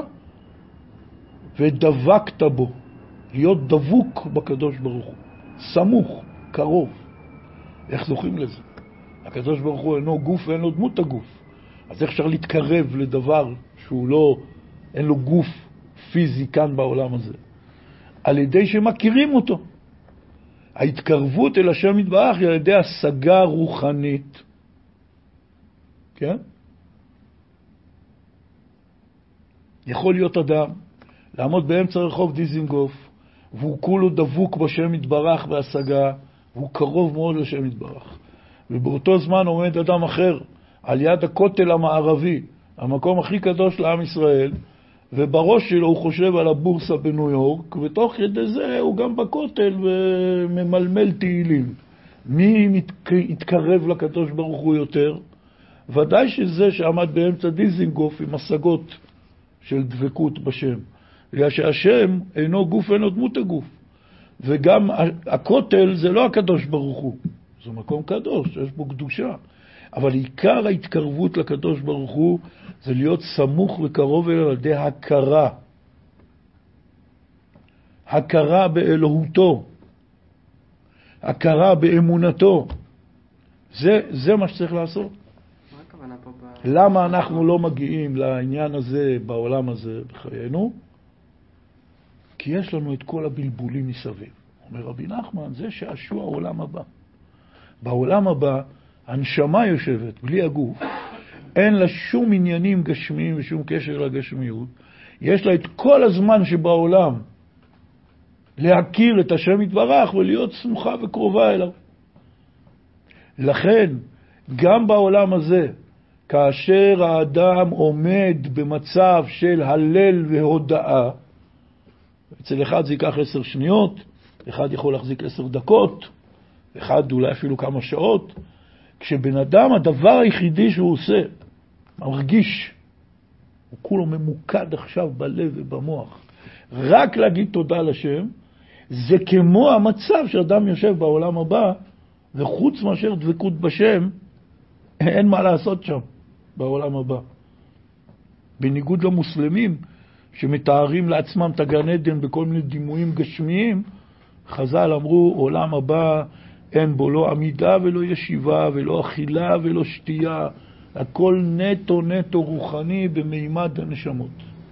ודבקת בו. להיות דבוק בקדוש ברוך הוא. סמוך, קרוב. איך זוכים לזה? הקדוש ברוך הוא אינו גוף ואין לו דמות הגוף. אז איך אפשר להתקרב לדבר שהוא לא, אין לו גוף פיזי כאן בעולם הזה? על ידי שמכירים אותו. ההתקרבות אל השם יתברך היא על ידי השגה רוחנית. כן? יכול להיות אדם לעמוד באמצע רחוב דיזינגוף, והוא כולו דבוק בשם יתברך בהשגה, והוא קרוב מאוד לשם יתברך. ובאותו זמן עומד אדם אחר על יד הכותל המערבי, המקום הכי קדוש לעם ישראל, ובראש שלו הוא חושב על הבורסה בניו יורק, ותוך כדי זה הוא גם בכותל וממלמל תהילים. מי מתקרב לקדוש ברוך הוא יותר? ודאי שזה שעמד באמצע דיזינגוף עם השגות של דבקות בשם. בגלל שהשם אינו גוף, אינו דמות הגוף. וגם הכותל זה לא הקדוש ברוך הוא. זה מקום קדוש, יש בו קדושה. אבל עיקר ההתקרבות לקדוש ברוך הוא זה להיות סמוך וקרוב אליו על ידי הכרה. הכרה באלוהותו. הכרה באמונתו. זה, זה מה שצריך לעשות. מה הכוונה פה ב... למה אנחנו לא מגיעים לעניין הזה בעולם הזה בחיינו? כי יש לנו את כל הבלבולים מסביב. אומר רבי נחמן, זה שעשוע העולם הבא. בעולם הבא הנשמה יושבת בלי הגוף, אין לה שום עניינים גשמיים ושום קשר לגשמיות, יש לה את כל הזמן שבעולם להכיר את השם יתברך ולהיות סמוכה וקרובה אליו. לכן, גם בעולם הזה, כאשר האדם עומד במצב של הלל והודאה, אצל אחד זה ייקח עשר שניות, אחד יכול להחזיק עשר דקות, אחד אולי אפילו כמה שעות. כשבן אדם, הדבר היחידי שהוא עושה, מרגיש, הוא כולו ממוקד עכשיו בלב ובמוח, רק להגיד תודה לשם, זה כמו המצב שאדם יושב בעולם הבא, וחוץ מאשר דבקות בשם, אין מה לעשות שם בעולם הבא. בניגוד למוסלמים, שמתארים לעצמם את הגן עדן בכל מיני דימויים גשמיים, חז"ל אמרו, עולם הבא אין בו לא עמידה ולא ישיבה ולא אכילה ולא שתייה, הכל נטו נטו רוחני במימד הנשמות.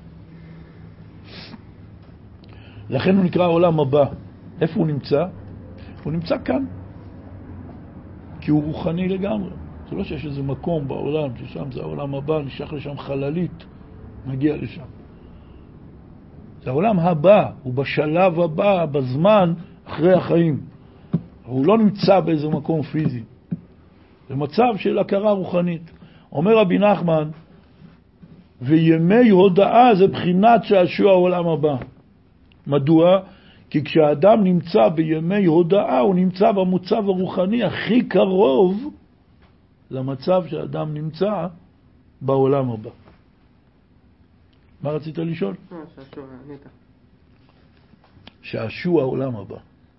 לכן הוא נקרא עולם הבא. איפה הוא נמצא? הוא נמצא כאן. כי הוא רוחני לגמרי. זה לא שיש איזה מקום בעולם ששם זה העולם הבא, נשאר לשם חללית, מגיע לשם. זה העולם הבא, הוא בשלב הבא, בזמן אחרי החיים. הוא לא נמצא באיזה מקום פיזי. זה מצב של הכרה רוחנית. אומר רבי נחמן, וימי הודאה זה בחינת שעשוע העולם הבא. מדוע? כי כשהאדם נמצא בימי הודאה, הוא נמצא במצב הרוחני הכי קרוב למצב שהאדם נמצא בעולם הבא. מה רצית לשאול? לא, שעשוע, נטע. שעשוע העולם הבא.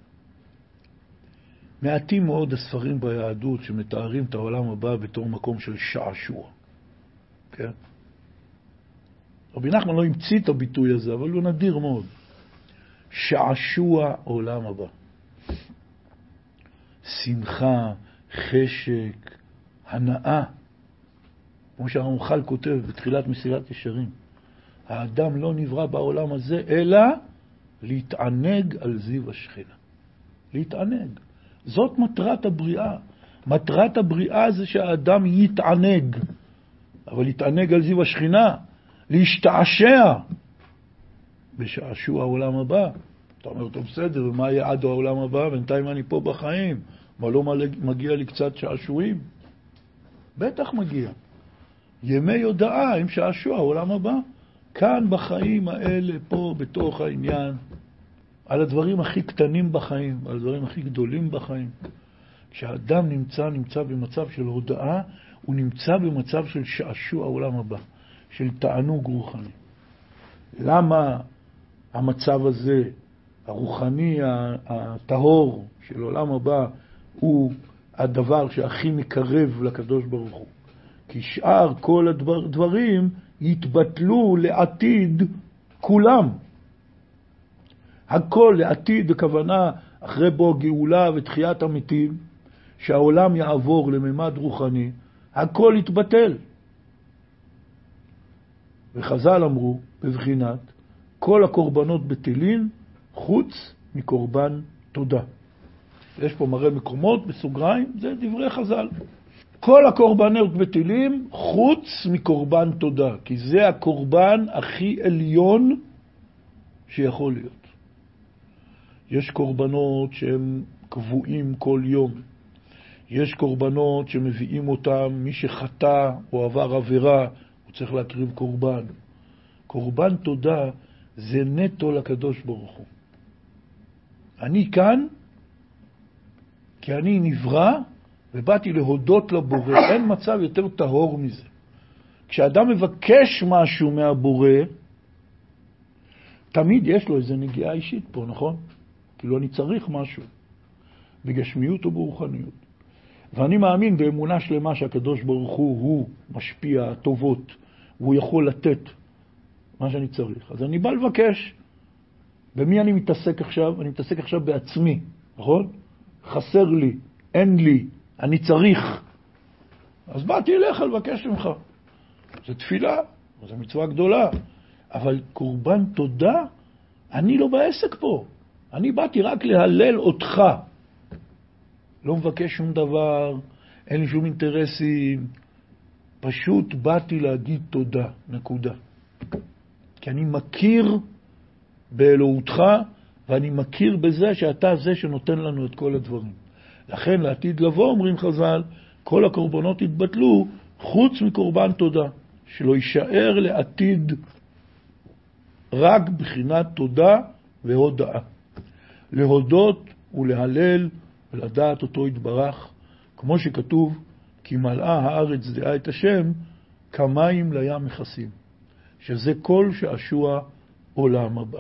מעטים מאוד הספרים ביהדות שמתארים את העולם הבא בתור מקום של שעשוע. כן? רבי נחמן לא המציא את הביטוי הזה, אבל הוא נדיר מאוד. שעשוע העולם הבא. שמחה, חשק, הנאה. כמו שהרמח"ל כותב בתחילת מסילת ישרים. האדם לא נברא בעולם הזה, אלא להתענג על זיו השכינה. להתענג. זאת מטרת הבריאה. מטרת הבריאה זה שהאדם יתענג. אבל יתענג על זיו השכינה. להשתעשע. בשעשוע העולם הבא. אתה אומר, טוב בסדר, ומה יהיה עד העולם הבא? בינתיים אני פה בחיים. מה לא מגיע לי קצת שעשועים? בטח מגיע. ימי הודעה הם שעשוע העולם הבא. כאן בחיים האלה, פה בתוך העניין, על הדברים הכי קטנים בחיים, על הדברים הכי גדולים בחיים. כשהאדם נמצא, נמצא במצב של הודעה, הוא נמצא במצב של שעשוע העולם הבא, של תענוג רוחני. למה המצב הזה, הרוחני, הטהור של העולם הבא, הוא הדבר שהכי מקרב לקדוש ברוך הוא? כי שאר כל הדברים יתבטלו לעתיד כולם. הכל לעתיד בכוונה אחרי בו גאולה ותחיית המתים, שהעולם יעבור לממד רוחני, הכל יתבטל. וחז"ל אמרו בבחינת כל הקורבנות בטלים חוץ מקורבן תודה. יש פה מראה מקומות בסוגריים, זה דברי חז"ל. כל הקורבנות בטלים חוץ מקורבן תודה, כי זה הקורבן הכי עליון שיכול להיות. יש קורבנות שהם קבועים כל יום. יש קורבנות שמביאים אותם, מי שחטא או עבר עבירה, הוא צריך להקריב קורבן. קורבן תודה זה נטו לקדוש ברוך הוא. אני כאן כי אני נברא ובאתי להודות לבורא. אין מצב יותר טהור מזה. כשאדם מבקש משהו מהבורא, תמיד יש לו איזו נגיעה אישית פה, נכון? כאילו אני צריך משהו, בגשמיות או ברוחניות. ואני מאמין באמונה שלמה שהקדוש ברוך הוא, הוא משפיע טובות, והוא יכול לתת מה שאני צריך. אז אני בא לבקש. במי אני מתעסק עכשיו? אני מתעסק עכשיו בעצמי, נכון? חסר לי, אין לי, אני צריך. אז באתי אליך לבקש ממך. זו תפילה, זו מצווה גדולה. אבל קורבן תודה, אני לא בעסק פה. אני באתי רק להלל אותך. לא מבקש שום דבר, אין לי שום אינטרסים. פשוט באתי להגיד תודה, נקודה. כי אני מכיר באלוהותך, ואני מכיר בזה שאתה זה שנותן לנו את כל הדברים. לכן לעתיד לבוא, אומרים חז"ל, כל הקורבנות יתבטלו, חוץ מקורבן תודה. שלא יישאר לעתיד רק בחינת תודה והודאה. להודות ולהלל ולדעת אותו יתברך, כמו שכתוב, כי מלאה הארץ דעה את השם, כמים לים מכסים. שזה כל שעשוע עולם הבא.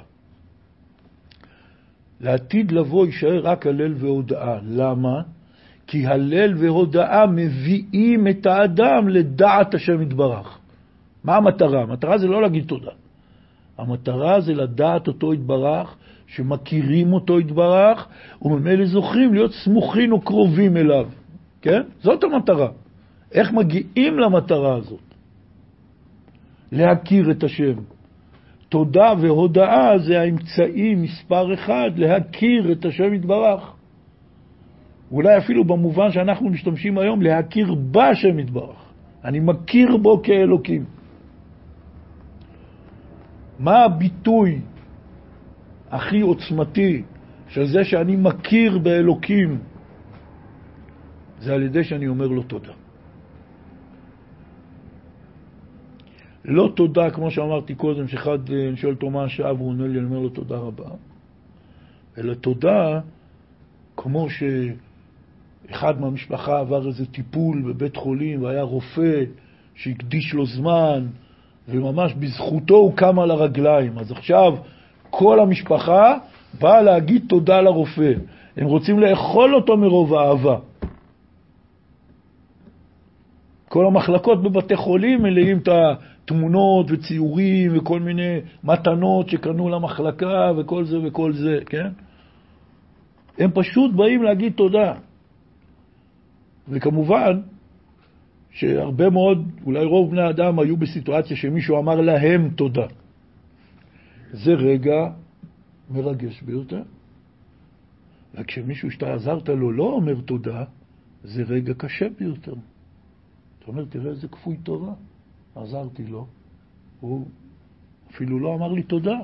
לעתיד לבוא יישאר רק הלל והודאה. למה? כי הלל והודאה מביאים את האדם לדעת השם יתברך. מה המטרה? המטרה זה לא להגיד תודה. המטרה זה לדעת אותו יתברך, שמכירים אותו יתברך, וממילא זוכרים להיות סמוכים או קרובים אליו. כן? זאת המטרה. איך מגיעים למטרה הזאת? להכיר את השם. תודה והודאה זה האמצעי מספר אחד להכיר את השם יתברך. אולי אפילו במובן שאנחנו משתמשים היום, להכיר בשם יתברך. אני מכיר בו כאלוקים. מה הביטוי הכי עוצמתי של זה שאני מכיר באלוקים? זה על ידי שאני אומר לו תודה. לא תודה, כמו שאמרתי קודם, שאחד שואל אותו מה השעה והוא עונה לי, אני אומר לו תודה רבה. אלא תודה כמו אחד מהמשפחה עבר איזה טיפול בבית חולים, והיה רופא שהקדיש לו זמן, וממש בזכותו הוא קם על הרגליים. אז עכשיו כל המשפחה באה להגיד תודה לרופא. הם רוצים לאכול אותו מרוב האהבה. כל המחלקות בבתי חולים מלאים את התמונות וציורים וכל מיני מתנות שקנו למחלקה וכל זה וכל זה, כן? הם פשוט באים להגיד תודה. וכמובן שהרבה מאוד, אולי רוב בני אדם היו בסיטואציה שמישהו אמר להם תודה. זה רגע מרגש ביותר. וכשמישהו שאתה עזרת לו לא אומר תודה, זה רגע קשה ביותר. אתה אומר, תראה איזה כפוי טובה. עזרתי לו, הוא אפילו לא אמר לי תודה.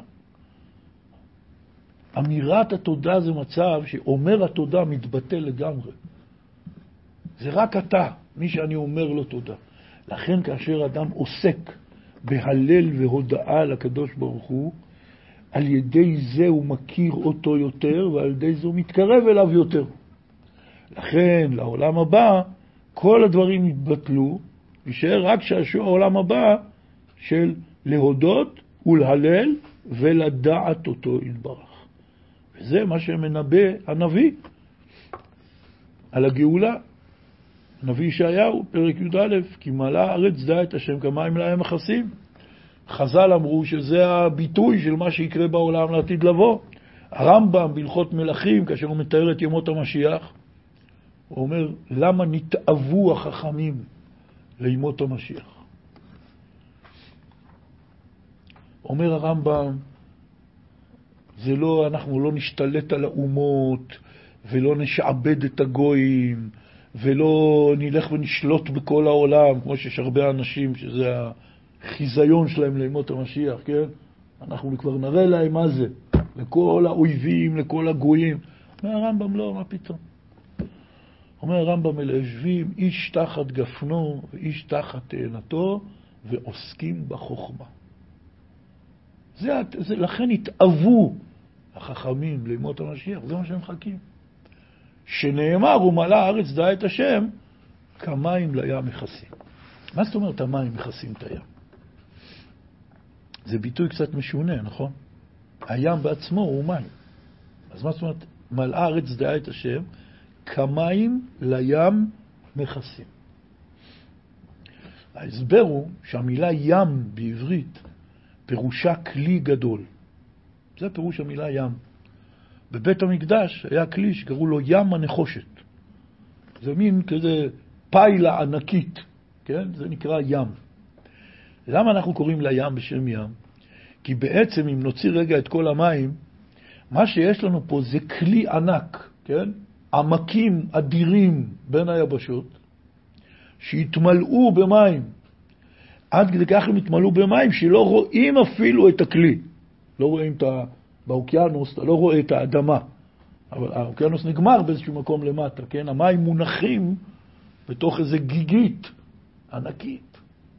אמירת התודה זה מצב שאומר התודה מתבטא לגמרי. זה רק אתה, מי שאני אומר לו תודה. לכן כאשר אדם עוסק בהלל והודאה לקדוש ברוך הוא, על ידי זה הוא מכיר אותו יותר, ועל ידי זה הוא מתקרב אליו יותר. לכן לעולם הבא כל הדברים יתבטלו, יישאר רק שעשוע העולם הבא של להודות ולהלל ולדעת אותו יתברך. וזה מה שמנבא הנביא על הגאולה. הנביא ישעיהו, פרק י"א, כי מלאה הארץ דעה את השם כמים להם מכסים. חז"ל אמרו שזה הביטוי של מה שיקרה בעולם לעתיד לבוא. הרמב"ם בהלכות מלכים, כאשר הוא מתאר את ימות המשיח, הוא אומר, למה נתאבו החכמים לימות המשיח? אומר הרמב"ם, זה לא, אנחנו לא נשתלט על האומות, ולא נשעבד את הגויים, ולא נלך ונשלוט בכל העולם, כמו שיש הרבה אנשים שזה החיזיון שלהם לימות המשיח, כן? אנחנו כבר נראה להם מה זה, לכל האויבים, לכל הגויים. אומר הרמב"ם, לא, מה פתאום? אומר הרמב"ם, אלה יושבים איש תחת גפנו ואיש תחת תאנתו ועוסקים בחוכמה. זה, זה, לכן התאבו החכמים לימות המשיח, זה מה שהם מחכים. שנאמר, ומלאה הארץ דעה את השם, כמים לים מכסים. מה זאת אומרת המים מכסים את הים? זה ביטוי קצת משונה, נכון? הים בעצמו הוא מים. אז מה זאת אומרת, מלאה הארץ דעה את השם, כמים לים מכסים. ההסבר הוא שהמילה ים בעברית פירושה כלי גדול. זה פירוש המילה ים. בבית המקדש היה כלי שקראו לו ים הנחושת. זה מין כזה פיילה ענקית, כן? זה נקרא ים. למה אנחנו קוראים לים בשם ים? כי בעצם אם נוציא רגע את כל המים, מה שיש לנו פה זה כלי ענק, כן? עמקים אדירים בין היבשות, שהתמלאו במים. עד כדי כך הם התמלאו במים שלא רואים אפילו את הכלי. לא רואים את ה... באוקיינוס, אתה לא רואה את האדמה. אבל האוקיינוס נגמר באיזשהו מקום למטה, כן? המים מונחים בתוך איזה גיגית ענקית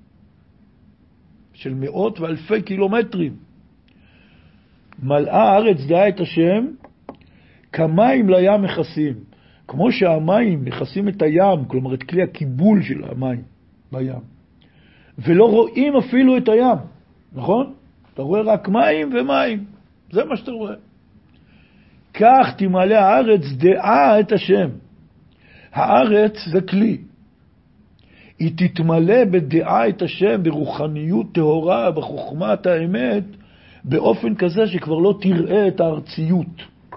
של מאות ואלפי קילומטרים. מלאה הארץ דעה את השם, כמים לים מכסים. כמו שהמים מכסים את הים, כלומר את כלי הקיבול של המים בים. ולא רואים אפילו את הים, נכון? אתה רואה רק מים ומים. זה מה שאתה רואה. כך תמלא הארץ דעה את השם. הארץ זה כלי. היא תתמלא בדעה את השם, ברוחניות טהורה, בחוכמת האמת, באופן כזה שכבר לא תראה את הארציות.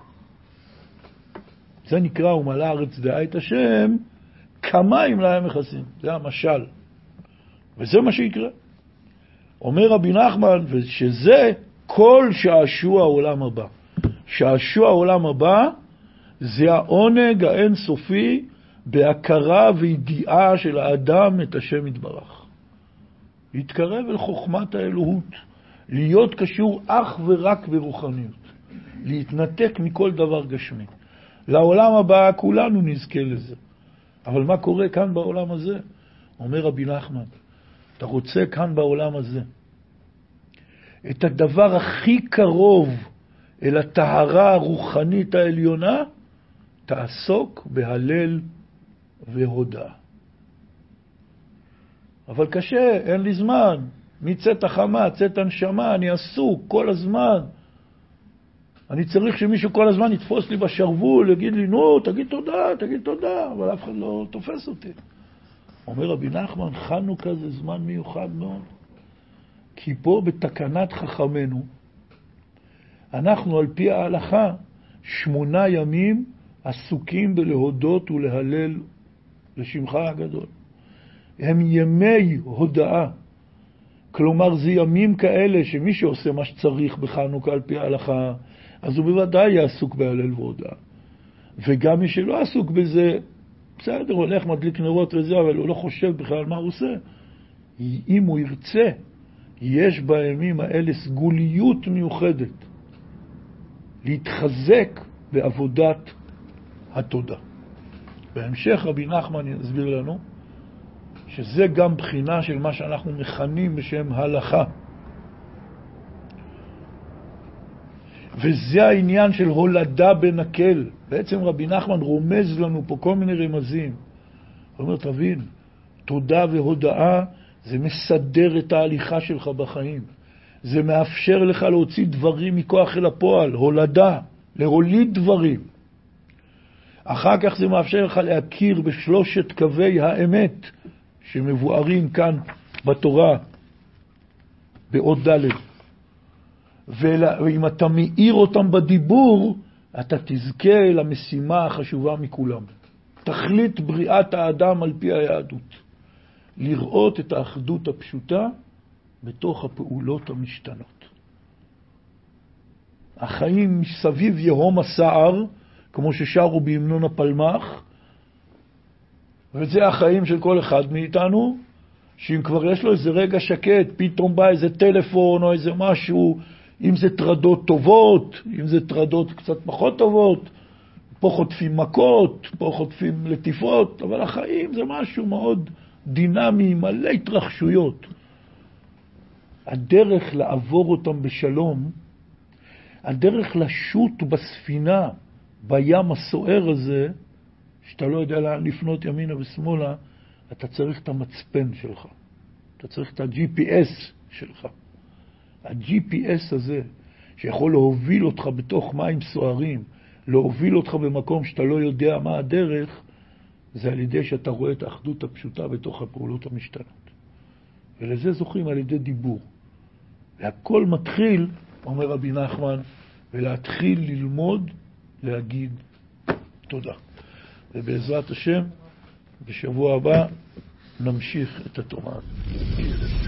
זה נקרא ומלא הארץ דעה את השם, כמים להם מכסים. זה המשל. וזה מה שיקרה. אומר רבי נחמן, ושזה כל שעשוע העולם הבא. שעשוע העולם הבא זה העונג האינסופי בהכרה וידיעה של האדם את השם יתברך. להתקרב אל חוכמת האלוהות, להיות קשור אך ורק ברוחניות, להתנתק מכל דבר גשמי. לעולם הבא כולנו נזכה לזה. אבל מה קורה כאן בעולם הזה? אומר רבי נחמן, אתה רוצה כאן בעולם הזה את הדבר הכי קרוב אל הטהרה הרוחנית העליונה, תעסוק בהלל והודעה. אבל קשה, אין לי זמן. מצאת החמה, צאת הנשמה, אני עסוק כל הזמן. אני צריך שמישהו כל הזמן יתפוס לי בשרוול, יגיד לי, נו, תגיד תודה, תגיד תודה, אבל אף אחד לא תופס אותי. אומר רבי נחמן, חנוכה זה זמן מיוחד מאוד. כי פה בתקנת חכמנו, אנחנו על פי ההלכה, שמונה ימים עסוקים בלהודות ולהלל לשמך הגדול. הם ימי הודאה. כלומר, זה ימים כאלה שמי שעושה מה שצריך בחנוכה על פי ההלכה, אז הוא בוודאי יעסוק בהלל והודאה. וגם מי שלא עסוק בזה, בסדר, הולך, מדליק נרות וזה, אבל הוא לא חושב בכלל מה הוא עושה. אם הוא ירצה, יש בימים האלה סגוליות מיוחדת להתחזק בעבודת התודה. בהמשך רבי נחמן יסביר לנו שזה גם בחינה של מה שאנחנו מכנים בשם הלכה. וזה העניין של הולדה בנקל. בעצם רבי נחמן רומז לנו פה כל מיני רמזים. הוא אומר, תבין, תודה והודאה זה מסדר את ההליכה שלך בחיים. זה מאפשר לך להוציא דברים מכוח אל הפועל, הולדה, להוליד דברים. אחר כך זה מאפשר לך להכיר בשלושת קווי האמת שמבוארים כאן בתורה, באות ד'. ואם אתה מאיר אותם בדיבור, אתה תזכה למשימה החשובה מכולם. תכלית בריאת האדם על פי היהדות. לראות את האחדות הפשוטה בתוך הפעולות המשתנות. החיים מסביב יהום הסער, כמו ששרו בהמנון הפלמח, וזה החיים של כל אחד מאיתנו, שאם כבר יש לו איזה רגע שקט, פתאום בא איזה טלפון או איזה משהו, אם זה טרדות טובות, אם זה טרדות קצת פחות טובות, פה חוטפים מכות, פה חוטפים לטיפות, אבל החיים זה משהו מאוד דינמי, מלא התרחשויות. הדרך לעבור אותם בשלום, הדרך לשוט בספינה, בים הסוער הזה, שאתה לא יודע לאן לפנות ימינה ושמאלה, אתה צריך את המצפן שלך. אתה צריך את ה-ג'י פי אס שלך. ה-ג'י פי אס הזה, שיכול להוביל אותך בתוך מים סוערים, להוביל אותך במקום שאתה לא יודע מה הדרך, זה על ידי שאתה רואה את האחדות הפשוטה בתוך הפעולות המשתנות. ולזה זוכים על ידי דיבור. והכל מתחיל, אומר רבי נחמן, ולהתחיל ללמוד, להגיד תודה. ובעזרת השם, בשבוע הבא נמשיך את התורה.